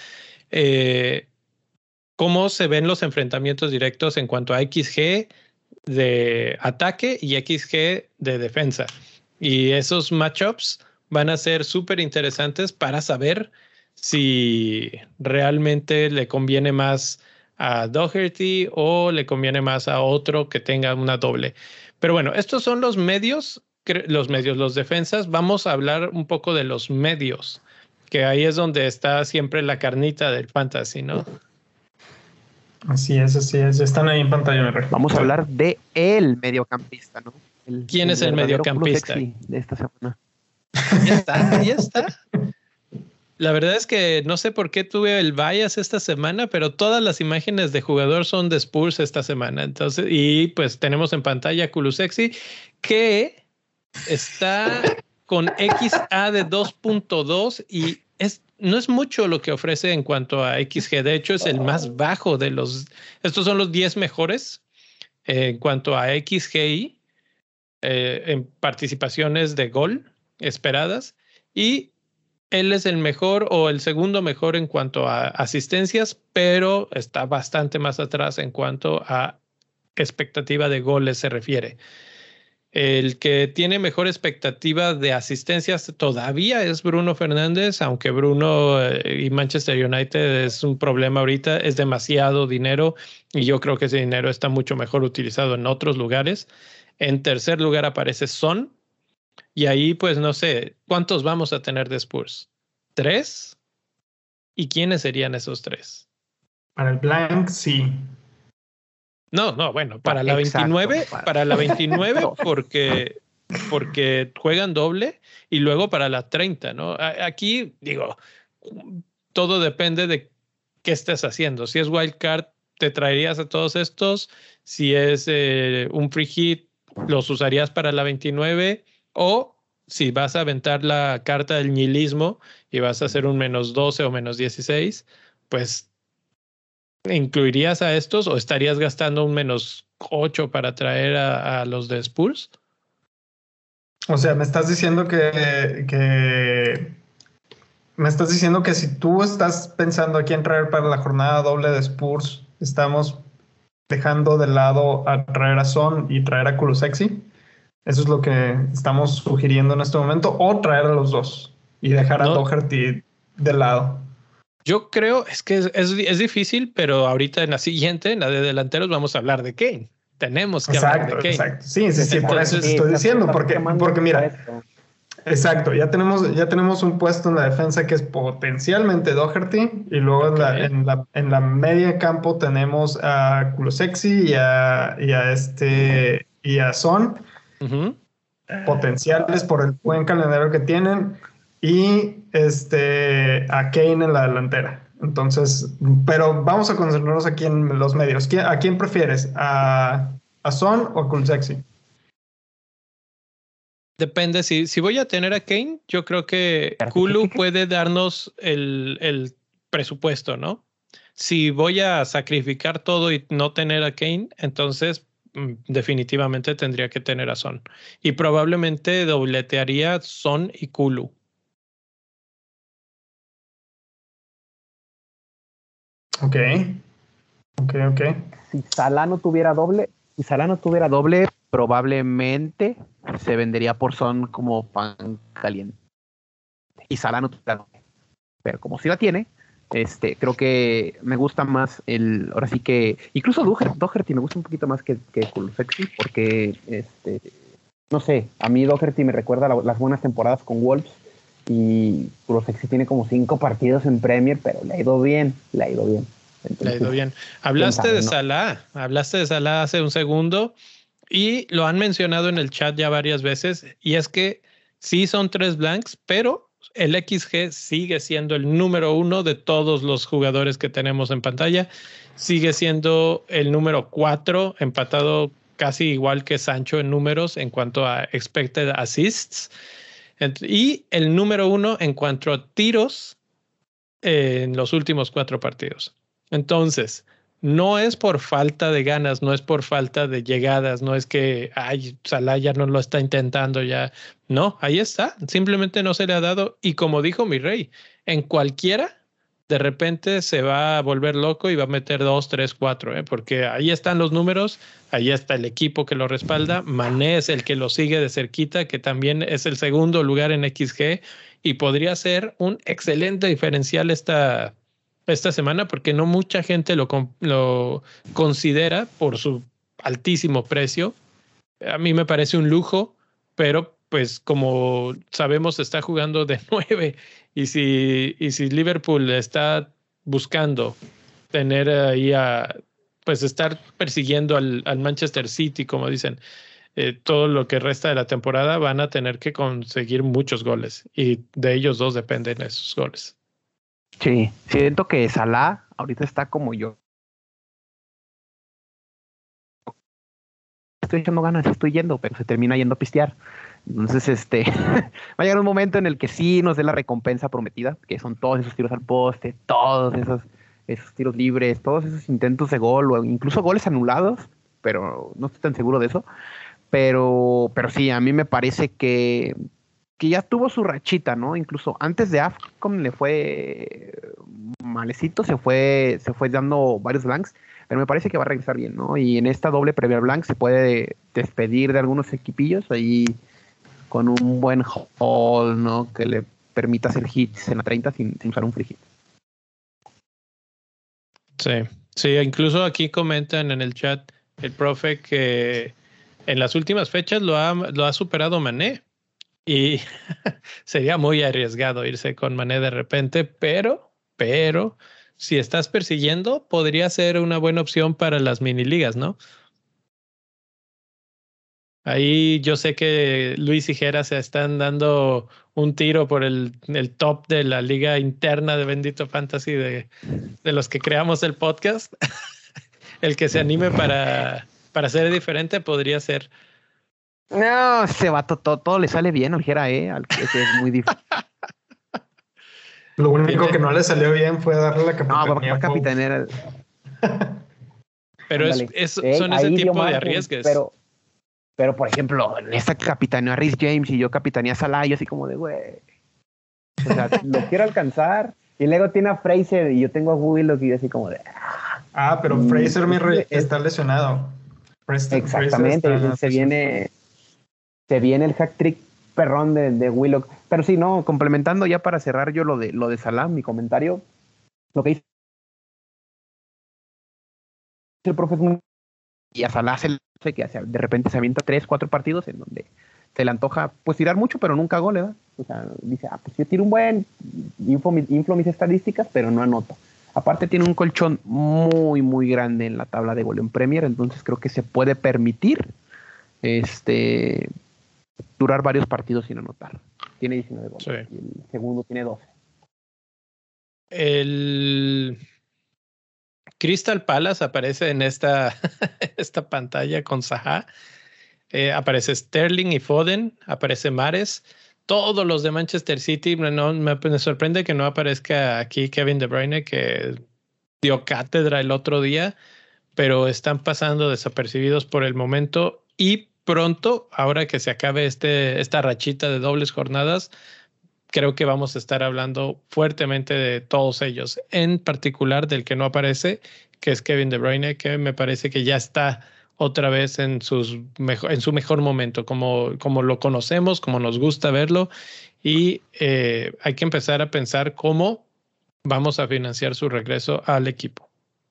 Cómo se ven los enfrentamientos directos en cuanto a XG de ataque y XG de defensa. Y esos matchups van a ser súper interesantes para saber si realmente le conviene más a Doherty o le conviene más a otro que tenga una doble. Pero bueno, estos son los medios, los defensas. Vamos a hablar un poco de los medios, que ahí es donde está siempre la carnita del fantasy, ¿no? Así es. Están ahí en pantalla, mi rey. Vamos a hablar de el mediocampista, ¿no? ¿Quién es el mediocampista? De esta semana. Ya está. La verdad es que no sé por qué tuve el bias esta semana, pero todas las imágenes de jugador son de Spurs esta semana. Entonces, y pues tenemos en pantalla a Kulusevski, que está con XA de 2.2 y no es mucho lo que ofrece en cuanto a XG. De hecho, es el más bajo de los. Estos son los 10 mejores en cuanto a XGI. En participaciones de gol esperadas, y él es el mejor o el segundo mejor en cuanto a asistencias, pero está bastante más atrás en cuanto a expectativa de goles se refiere. El que tiene mejor expectativa de asistencias todavía es Bruno Fernández, aunque Bruno y Manchester United es un problema ahorita, es demasiado dinero y yo creo que ese dinero está mucho mejor utilizado en otros lugares. En tercer lugar aparece Son. Y ahí, pues, no sé, ¿cuántos vamos a tener de Spurs? ¿3? ¿Y quiénes serían esos 3? Para el blank, sí. No, bueno, para la 29, para la 29 porque juegan doble, y luego para la 30, ¿no? Aquí, digo, todo depende de qué estés haciendo. Si es wildcard, te traerías a todos estos. Si es un free hit, los usarías para la 29, o si vas a aventar la carta del nihilismo y vas a hacer un -12 o -16, pues ¿incluirías a estos o estarías gastando un -8 para traer a los de Spurs? O sea, me estás diciendo que si tú estás pensando a quién traer para la jornada doble de Spurs, estamos dejando de lado a traer a Son y traer a Kulusevski. Eso es lo que estamos sugiriendo en este momento, o traer a los dos y dejar a Doherty de lado. Yo creo, es que es difícil, pero ahorita en la siguiente, en la de delanteros, vamos a hablar de Kane. Tenemos que hablar de Kane. Exacto. Sí, por eso te estoy diciendo, porque mira, exacto, ya tenemos un puesto en la defensa que es potencialmente Doherty, y luego en la media campo tenemos a Kulusevski y a Son, potenciales por el buen calendario que tienen, y a Kane en la delantera. Entonces, pero vamos a concentrarnos aquí en los medios. ¿A quién prefieres? ¿A Son o a Kulusevski? Depende, si voy a tener a Kane, yo creo que Kulu puede darnos el presupuesto, ¿no? Si voy a sacrificar todo y no tener a Kane, entonces definitivamente tendría que tener a Son. Y probablemente dobletearía Son y Kulu. Ok. Si Salah no tuviera doble, probablemente se vendería por Son como pan caliente. Y Salah no tuviera doble. Pero como sí la tiene, creo que me gusta más ahora sí que, incluso Doherty me gusta un poquito más que Kulusevski, porque no sé, a mí Doherty me recuerda las buenas temporadas con Wolves, y Kulusevski tiene como 5 partidos en Premier, pero le ha ido bien. Entonces, le ha ido bien. Hablaste de Salah hace un segundo, y lo han mencionado en el chat ya varias veces, y es que sí son 3 blanks, pero el XG sigue siendo el número 1 de todos los jugadores que tenemos en pantalla. Sigue siendo el número 4, empatado casi igual que Sancho en números en cuanto a expected assists. Y el número 1 en cuanto a tiros en los últimos 4 partidos. Entonces, no es por falta de ganas, no es por falta de llegadas, no es que Salah ya no lo está intentando ya. No, ahí está. Simplemente no se le ha dado. Y como dijo mi rey, en cualquiera, de repente se va a volver loco y va a meter 2, 3, 4, porque ahí están los números, ahí está el equipo que lo respalda. Mané es el que lo sigue de cerquita, que también es el segundo lugar en XG y podría ser un excelente diferencial esta semana, porque no mucha gente lo considera por su altísimo precio. A mí me parece un lujo, pero pues como sabemos está jugando de 9 y si Liverpool está buscando tener ahí pues estar persiguiendo al Manchester City, como dicen, todo lo que resta de la temporada van a tener que conseguir muchos goles y de ellos dos dependen esos goles. Sí, siento que Salah ahorita está como yo. Estoy echando ganas, estoy yendo, pero se termina yendo a pistear. Entonces, va a llegar un momento en el que sí nos dé la recompensa prometida, que son todos esos tiros al poste, todos esos tiros libres, todos esos intentos de gol, o incluso goles anulados, pero no estoy tan seguro de eso. Pero sí, a mí me parece que ya tuvo su rachita, ¿no? Incluso antes de AFCON le fue malecito, se fue dando varios blanks, pero me parece que va a regresar bien, ¿no? Y en esta doble Premier Blank se puede despedir de algunos equipillos ahí con un buen haul, ¿no? Que le permita hacer hits en la 30 sin usar un free hit. Sí, incluso aquí comentan en el chat el profe que en las últimas fechas lo ha superado Mané y sería muy arriesgado irse con Mané de repente, pero si estás persiguiendo podría ser una buena opción para las mini ligas, ¿no? Ahí yo sé que Luis y Jera se están dando un tiro por el top de la liga interna de Bendito Fantasy de los que creamos el podcast. El que se anime para ser diferente podría ser. No, ese vato todo le sale bien al Jera, al que es muy difícil. Lo único que no le salió bien fue darle la capitanía. No, capitanía. Pero son ese tipo de arriesgues. Pero, por ejemplo, en esta capitanía a Reece James y yo capitanía a Salah, yo así como de, güey. O sea, lo quiero alcanzar. Y luego tiene a Fraser y yo tengo a Willock y yo así como de... pero Fraser está lesionado. Exactamente, se viene el hack trick perrón de Willock. Pero sí, no, complementando ya para cerrar yo lo de Salah, mi comentario, lo que dice el profe es muy... Y a Salah que de repente se avienta 3, 4 partidos en donde se le antoja pues tirar mucho, pero nunca gol, ¿verdad? O sea, dice, pues yo tiro un buen, inflo mis estadísticas, pero no anoto. Aparte tiene un colchón muy, muy grande en la tabla de goleo en Premier, entonces creo que se puede permitir durar varios partidos sin anotar. Tiene 19 goles, sí. Y el segundo tiene 12. El Crystal Palace aparece en esta pantalla con Zaha. Aparece Sterling y Foden, aparece Mahrez. Todos los de Manchester City, me sorprende que no aparezca aquí Kevin De Bruyne, que dio cátedra el otro día, pero están pasando desapercibidos por el momento y pronto, ahora que se acabe esta rachita de dobles jornadas, creo que vamos a estar hablando fuertemente de todos ellos, en particular del que no aparece, que es Kevin De Bruyne, que me parece que ya está otra vez en su mejor momento, como lo conocemos, como nos gusta verlo, y hay que empezar a pensar cómo vamos a financiar su regreso al equipo.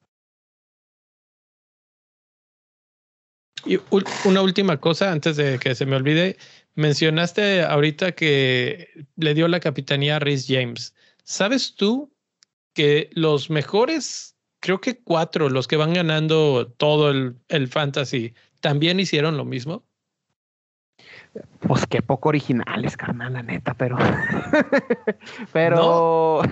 Y una última cosa antes de que se me olvide, mencionaste ahorita que le dio la capitanía a Reece James. ¿Sabes tú que los mejores, creo que 4, los que van ganando todo el fantasy, también hicieron lo mismo? Pues qué poco originales, carnal, la neta, pero ¿no?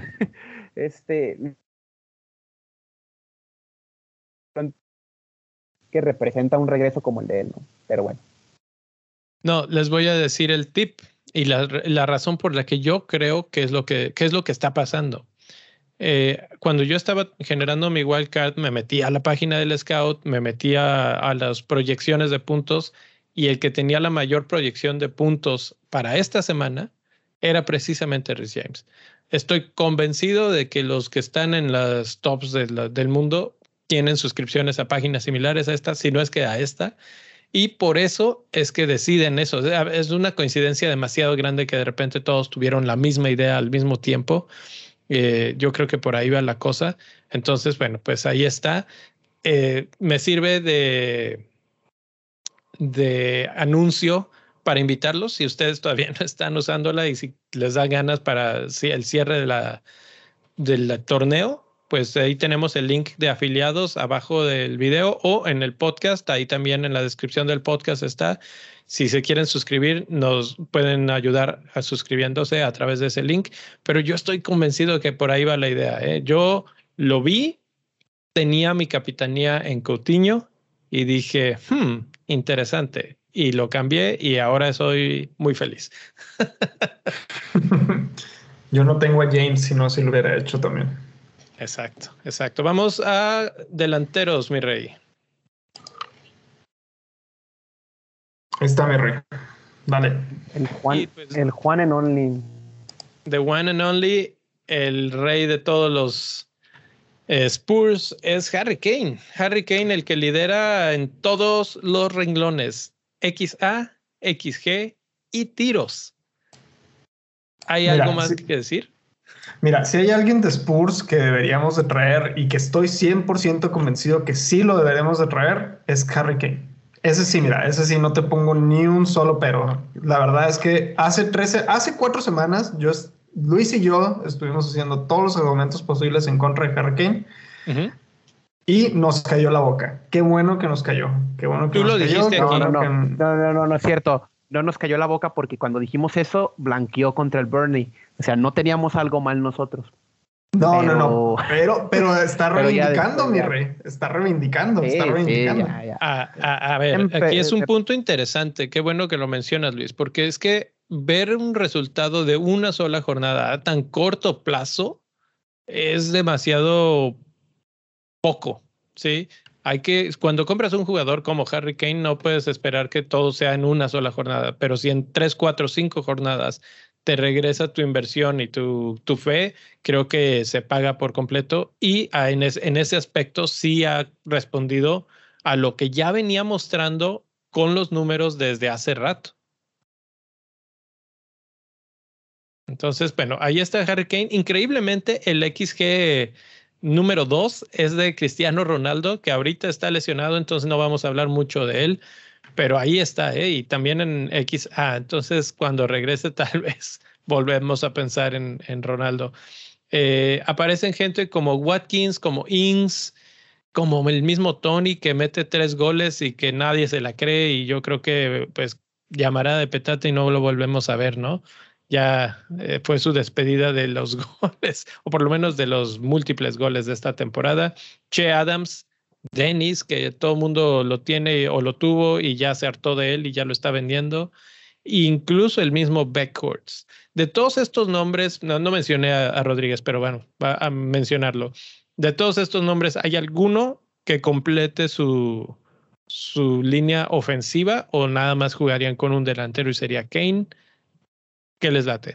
que representa un regreso como el de él, ¿no? Pero bueno. No, les voy a decir el tip y la razón por la que yo creo que es lo que está pasando. Cuando yo estaba generando mi wildcard, me metí a la página del Scout, me metí a las proyecciones de puntos y el que tenía la mayor proyección de puntos para esta semana era precisamente Rhys James. Estoy convencido de que los que están en las tops del mundo tienen suscripciones a páginas similares a esta, si no es que a esta, y por eso es que deciden eso. Es una coincidencia demasiado grande que de repente todos tuvieron la misma idea al mismo tiempo. Yo creo que por ahí va la cosa. Entonces, bueno, pues ahí está. Me sirve de anuncio para invitarlos si ustedes todavía no están usándola y si les da ganas para el cierre del torneo, pues ahí tenemos el link de afiliados abajo del video o en el podcast. Ahí también en la descripción del podcast está. Si se quieren suscribir, nos pueden ayudar a suscribiéndose a través de ese link. Pero yo estoy convencido que por ahí va la idea, ¿eh? Yo lo vi, tenía mi capitanía en Coutinho y dije, interesante. Y lo cambié y ahora soy muy feliz. Yo no tengo a James, si no, si lo hubiera hecho también. Exacto, exacto. Vamos a delanteros, mi rey. Ahí está, mi rey. Dale. El Juan and Only. The one and only, el rey de todos los Spurs es Harry Kane. Harry Kane, el que lidera en todos los renglones. XA, XG y tiros. ¿Hay algo más que decir? Mira, si hay alguien de Spurs que deberíamos de traer y que estoy 100% convencido que sí lo deberemos de traer, es Harry Kane. Ese sí, mira, ese sí no te pongo ni un solo pero. La verdad es que hace 4 semanas, Luis y yo estuvimos haciendo todos los argumentos posibles en contra de Harry Kane. Uh-huh. Y nos cayó la boca. Qué bueno que nos cayó. Qué bueno que Tú nos lo cayó. dijiste aquí. No es cierto. No nos cayó la boca porque cuando dijimos eso, blanqueó contra el Burnley. O sea, no teníamos algo mal nosotros. No. Pero está reivindicando, mi rey. Está reivindicando. Sí, ya. A ver, aquí es un punto interesante. Qué bueno que lo mencionas, Luis, porque es que ver un resultado de una sola jornada a tan corto plazo es demasiado poco, ¿sí? Cuando compras un jugador como Harry Kane, no puedes esperar que todo sea en una sola jornada, pero si en 3, 4, 5 jornadas te regresa tu inversión y tu fe, creo que se paga por completo y en ese aspecto sí ha respondido a lo que ya venía mostrando con los números desde hace rato. Entonces, bueno, ahí está Harry Kane. Increíblemente, el XG número 2 es de Cristiano Ronaldo, que ahorita está lesionado, entonces no vamos a hablar mucho de él, pero ahí está, y también en XA. Entonces, cuando regrese, tal vez volvemos a pensar en Ronaldo. Aparecen gente como Watkins, como Ings, como el mismo Tony, que mete 3 goles y que nadie se la cree, y yo creo que pues llamará de petate y no lo volvemos a ver, ¿no? Ya fue su despedida de los goles, o por lo menos de los múltiples goles de esta temporada. Che Adams, Dennis, que todo el mundo lo tiene o lo tuvo y ya se hartó de él y ya lo está vendiendo. E incluso el mismo Beckhorst. De todos estos nombres, no mencioné a Rodríguez, pero bueno, va a mencionarlo. De todos estos nombres, ¿hay alguno que complete su línea ofensiva o nada más jugarían con un delantero y sería Kane? ¿Qué les late?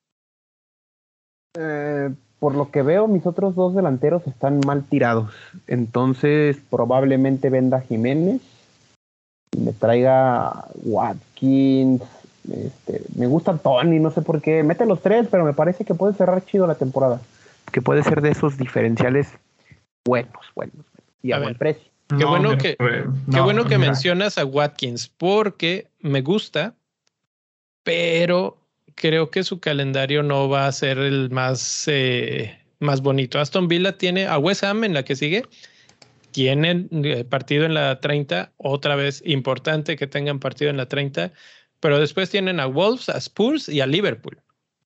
Por lo que veo, mis otros 2 delanteros están mal tirados. Entonces, probablemente venda Jiménez y me traiga Watkins. Me gusta Tony, no sé por qué. Mete los 3, pero me parece que puede cerrar chido la temporada. Que puede ser de esos diferenciales buenos. Y a buen precio. Qué bueno que mencionas a Watkins, porque me gusta, pero creo que su calendario no va a ser el más bonito. Aston Villa tiene a West Ham en la que sigue. Tienen partido en la 30, otra vez importante que tengan partido en la 30, pero después tienen a Wolves, a Spurs y a Liverpool.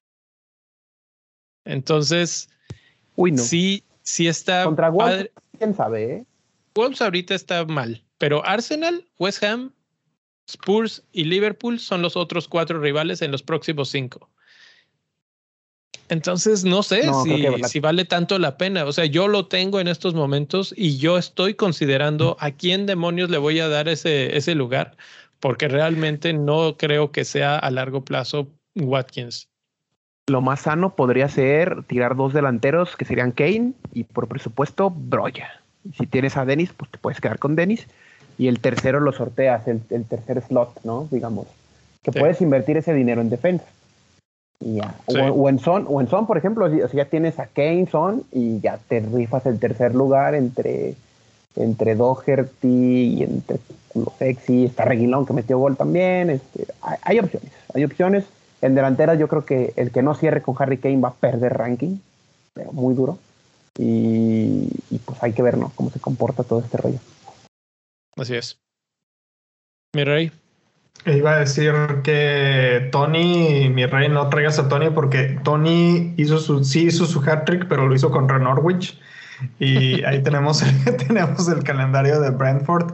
Entonces, sí está contra Wolves, quién sabe, Wolves ahorita está mal. Pero Arsenal, West Ham, Spurs y Liverpool son los otros 4 rivales en los próximos 5. Entonces no sé si vale tanto la pena. O sea, yo lo tengo en estos momentos y yo estoy considerando a quién demonios le voy a dar ese lugar, porque realmente no creo que sea a largo plazo Watkins. Lo más sano podría ser tirar 2 delanteros que serían Kane y por presupuesto Broja. Si tienes a Dennis, pues te puedes quedar con Dennis. Y el tercero lo sorteas, el tercer slot, ¿no? Digamos, que puedes invertir ese dinero en defensa. Y ya. Sí. O en Son, por ejemplo, o sea, ya tienes a Kane, Son, y ya te rifas el tercer lugar entre Doherty y entre Kulusevski. Está Reguilón, que metió gol también. Hay opciones. En delanteras yo creo que el que no cierre con Harry Kane va a perder ranking, pero muy duro. Y pues hay que ver, ¿no?, cómo se comporta todo este rollo. Así es. Mi rey. Iba a decir que Tony, mi rey, no traigas a Tony porque Tony hizo su hat-trick, pero lo hizo contra Norwich. Y ahí tenemos el calendario de Brentford.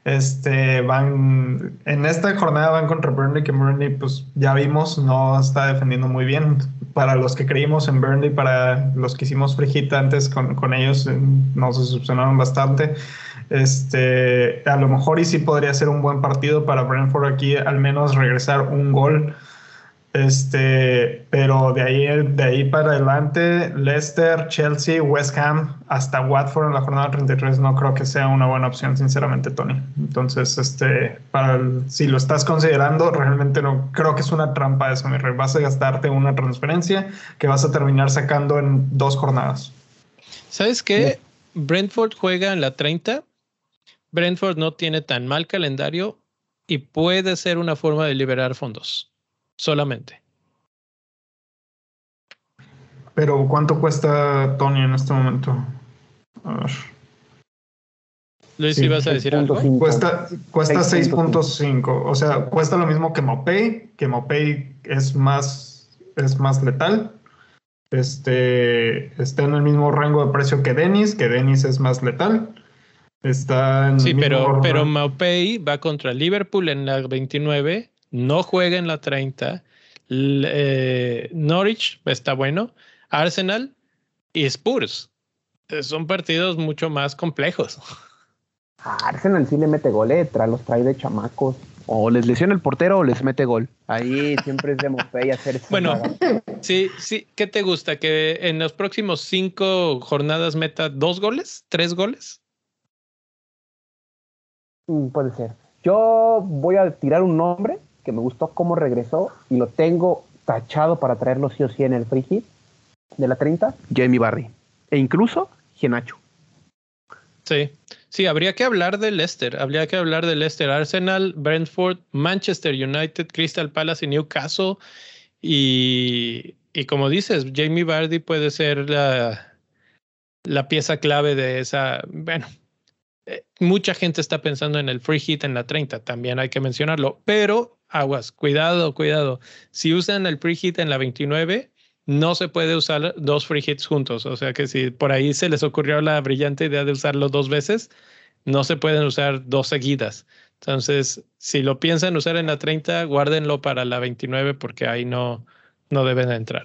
Van en esta jornada van contra Burnley, que Burnley, pues ya vimos, no está defendiendo muy bien. Para los que creímos en Burnley, para los que hicimos free hit antes con ellos, nos decepcionaron bastante. A lo mejor y sí podría ser un buen partido para Brentford aquí, al menos regresar un gol. Pero de ahí para adelante, Leicester, Chelsea, West Ham, hasta Watford en la jornada 33 no creo que sea una buena opción, sinceramente, Tony. Entonces, si lo estás considerando, realmente no creo que es una trampa eso, mi rey. Vas a gastarte una transferencia que vas a terminar sacando en 2 jornadas. ¿Sabes qué? Brentford juega en la 30. Brentford no tiene tan mal calendario y puede ser una forma de liberar fondos. Solamente. Pero ¿cuánto cuesta Tony en este momento? A ver. Luis, ¿sí vas a decir algo? Cuesta 6.5. O sea, cuesta lo mismo que Maupay, es más letal. Está en el mismo rango de precio que Dennis es más letal. Está en pero Maupay va contra Liverpool en la 29, no juega en la 30. Norwich está bueno, Arsenal y Spurs. Son partidos mucho más complejos. Arsenal sí le mete gol, los trae de chamacos. O les lesiona el portero o les mete gol. Ahí siempre es de Maupay hacer. Bueno, sí. ¿Qué te gusta? ¿Que en los próximos 5 jornadas meta 2 goles? ¿3 goles? Puede ser. Yo voy a tirar un nombre que me gustó cómo regresó y lo tengo tachado para traerlo sí o sí en el free hit de la 30, Jamie Vardy. E incluso Genacho. Sí, habría que hablar de Leicester. Arsenal, Brentford, Manchester United, Crystal Palace y Newcastle. Y como dices, Jamie Vardy puede ser la pieza clave de esa. Bueno, mucha gente está pensando en el free hit en la 30, también hay que mencionarlo. Pero aguas, cuidado. Si usan el free hit en la 29, no se puede usar 2 free hits juntos. O sea que si por ahí se les ocurrió la brillante idea de usarlo 2 veces, no se pueden usar 2 seguidas. Entonces, si lo piensan usar en la 30, guárdenlo para la 29 porque ahí no deben entrar.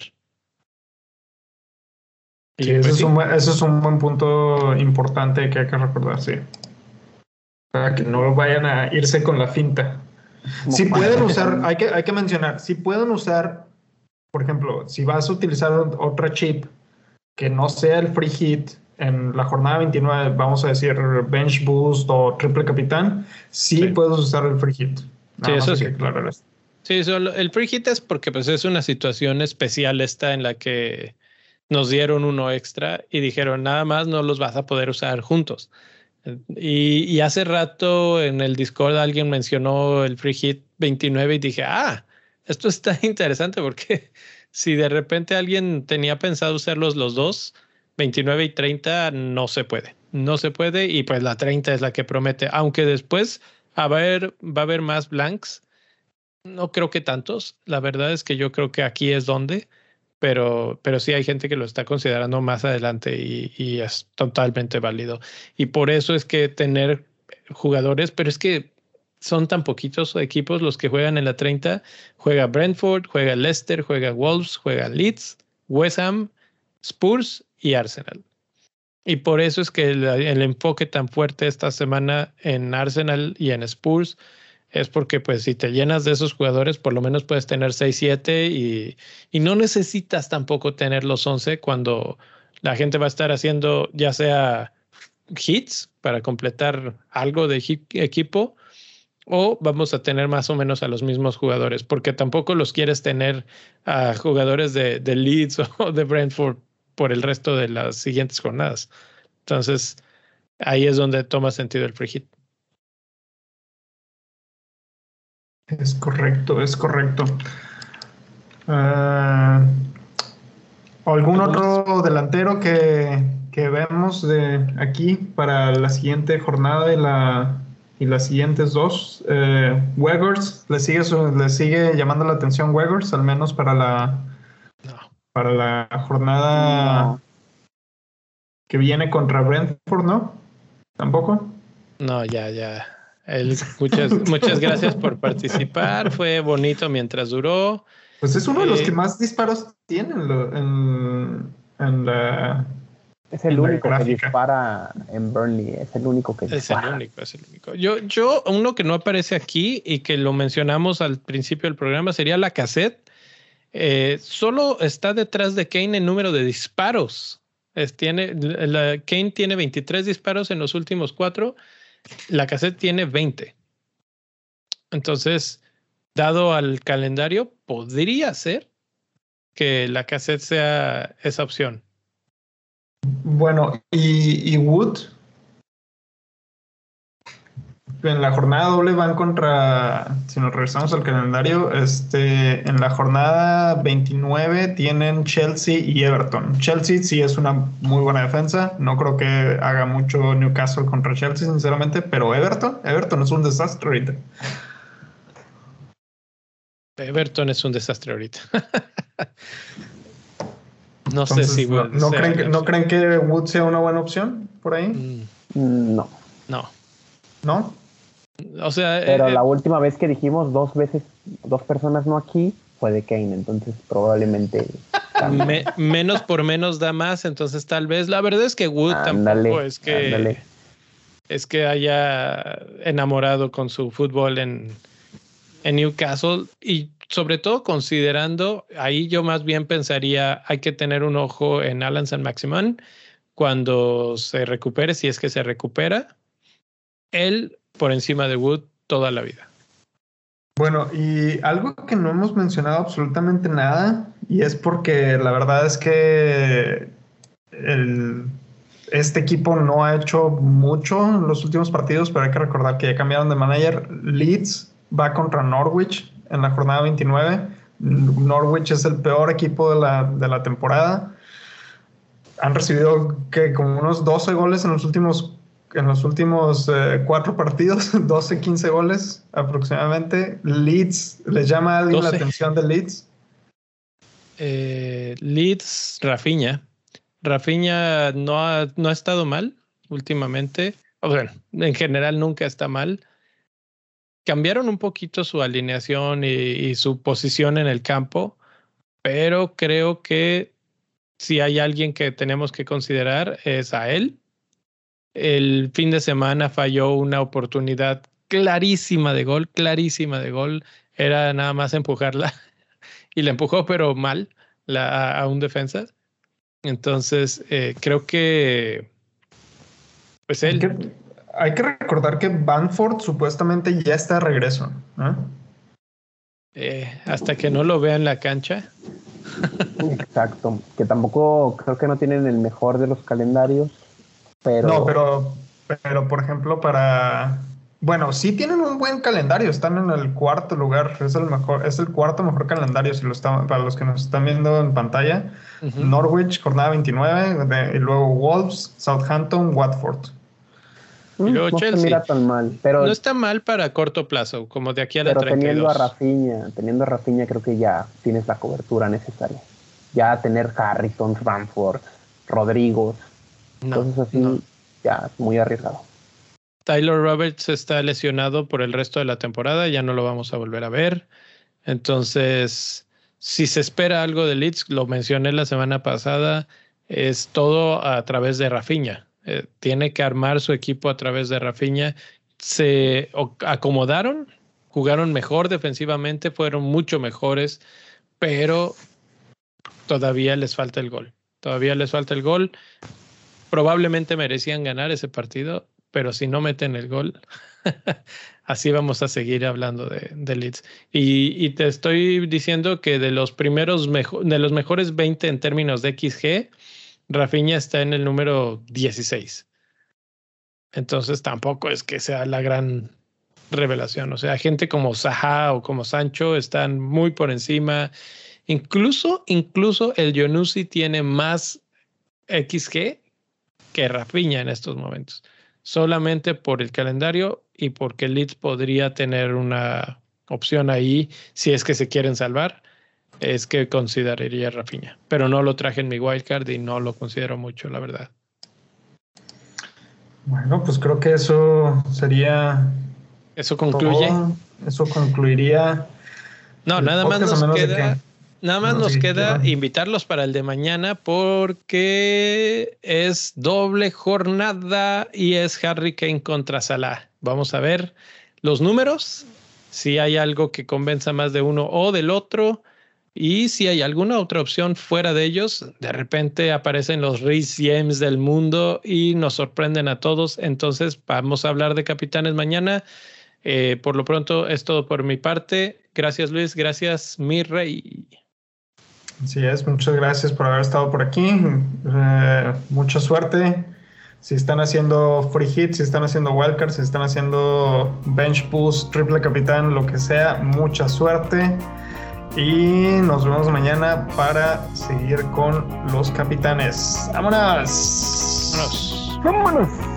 Sí, eso es un buen punto importante que hay que recordar, sí. Para que no vayan a irse con la finta. Si pueden usar, hay que mencionar, si pueden usar, por ejemplo, si vas a utilizar otra chip que no sea el free hit en la jornada 29, vamos a decir bench boost o triple capitán, sí. Puedes usar el free hit. Sí, eso sí. Sí, el free hit es porque pues es una situación especial esta en la que nos dieron uno extra y dijeron nada más no los vas a poder usar juntos. Y hace rato en el Discord alguien mencionó el free hit 29 y dije, esto está interesante porque si de repente alguien tenía pensado usarlos los dos, 29 y 30 no se puede y pues la 30 es la que promete, aunque después va a haber más blanks, no creo que tantos, la verdad es que yo creo que aquí es donde, pero sí hay gente que lo está considerando más adelante y es totalmente válido. Y por eso es que tener jugadores, pero es que son tan poquitos equipos los que juegan en la 30. Juega Brentford, juega Leicester, juega Wolves, juega Leeds, West Ham, Spurs y Arsenal. Y por eso es que el enfoque tan fuerte esta semana en Arsenal y en Spurs es porque pues si te llenas de esos jugadores por lo menos puedes tener 6-7 y no necesitas tampoco tener los 11 cuando la gente va a estar haciendo ya sea hits para completar algo de equipo o vamos a tener más o menos a los mismos jugadores, porque tampoco los quieres tener a jugadores de Leeds o de Brentford por el resto de las siguientes jornadas. Entonces, ahí es donde toma sentido el free hit. Es correcto. ¿Algún otro delantero que vemos de aquí para la siguiente jornada y las siguientes dos? Weghorst, ¿le sigue llamando la atención Weghorst, al menos para la jornada que viene contra Brentford, no? ¿Tampoco? No, ya. Muchas gracias por participar. Fue bonito mientras duró. Pues es uno de los que más disparos tienen en la... Es el único que dispara en Burnley. Es el único que dispara. Es el único. Yo, uno que no aparece aquí y que lo mencionamos al principio del programa sería Lacazette. Solo está detrás de Kane en número de disparos. Kane tiene 23 disparos en los últimos 4. Lacazette tiene 20. Entonces, dado al calendario, podría ser que Lacazette sea esa opción. Bueno, y Wood en la jornada doble van contra, si nos regresamos al calendario, en la jornada 29 tienen Chelsea y Everton. Chelsea sí es una muy buena defensa, no creo que haga mucho Newcastle contra Chelsea, sinceramente, pero Everton es un desastre ahorita. Everton es un desastre ahorita. Entonces, sé si Wood ¿No creen que Wood sea una buena opción por ahí? No. ¿No? O sea, pero la última vez que dijimos dos personas no aquí fue de Kane, entonces probablemente menos por menos da más, entonces tal vez la verdad es que Wood tampoco es que haya enamorado con su fútbol en Newcastle, y sobre todo considerando, ahí yo más bien pensaría hay que tener un ojo en Allan Saint-Maximin cuando se recupere, si es que se recupera. Él por encima de Wood toda la vida. Bueno, y algo que no hemos mencionado absolutamente nada, y es porque la verdad es que este equipo no ha hecho mucho en los últimos partidos, pero hay que recordar que ya cambiaron de manager. Leeds va contra Norwich en la jornada 29. Norwich es el peor equipo de la temporada. Han recibido como unos 12 goles en los últimos 4 partidos, 12-15 goles aproximadamente. Leeds, ¿les llama a alguien 12. La atención de Leeds? Leeds, Rafinha no ha estado mal últimamente. O sea, en general nunca está mal. Cambiaron un poquito su alineación y su posición en el campo, pero creo que si hay alguien que tenemos que considerar es a él. El fin de semana falló una oportunidad clarísima de gol. Era nada más empujarla y la empujó, pero mal a un defensa. Entonces, creo que pues él... Hay que recordar que Bamford supuestamente ya está de regreso, ¿no? Hasta que no lo vea en la cancha. Exacto. Que tampoco creo que no tienen el mejor de los calendarios. No, pero por ejemplo bueno, sí tienen un buen calendario, están en el 4º lugar, es el 4º mejor calendario para los que nos están viendo en pantalla. Uh-huh. Norwich, jornada 29, y luego Wolves, Southampton, Watford. Y luego no Chelsea. Se mira tan mal, pero no está mal para corto plazo, como de aquí a la 32. Teniendo a Rafinha creo que ya tienes la cobertura necesaria. Ya tener Harrison, Bamford, Rodrigo, entonces así ya es muy arriesgado. Tyler Roberts está lesionado por el resto de la temporada, ya no lo vamos a volver a ver. Entonces, si se espera algo de Leeds, lo mencioné la semana pasada, es todo a través de Rafinha. Tiene que armar su equipo a través de Rafinha. Se acomodaron, jugaron mejor defensivamente, fueron mucho mejores, pero todavía les falta el gol. Probablemente merecían ganar ese partido, pero si no meten el gol, así vamos a seguir hablando de Leeds. Y te estoy diciendo que de los mejores 20 en términos de XG, Rafinha está en el número 16. Entonces tampoco es que sea la gran revelación. O sea, gente como Zaha o como Sancho están muy por encima. Incluso el Ionussi tiene más XG que Rafinha en estos momentos. Solamente por el calendario y porque Leeds podría tener una opción ahí si es que se quieren salvar. Es que consideraría Rafinha, pero no lo traje en mi wildcard y no lo considero mucho, la verdad. Bueno, pues creo que eso sería... ¿Eso concluye? Eso concluiría... No, nada más nos queda invitarlos para el de mañana porque es doble jornada y es Harry Kane contra Salah. Vamos a ver los números, si hay algo que convenza más de uno o del otro. Y si hay alguna otra opción fuera de ellos, de repente aparecen los Reece James del mundo y nos sorprenden a todos. Entonces vamos a hablar de capitanes mañana. Por lo pronto es todo por mi parte. Gracias, Luis. Gracias, mi rey. Así es. Muchas gracias por haber estado por aquí. Mucha suerte. Si están haciendo free hits, si están haciendo wildcards, si están haciendo bench boost, triple capitán, lo que sea, mucha suerte. Y nos vemos mañana para seguir con los capitanes. ¡Vámonos! ¡Vámonos!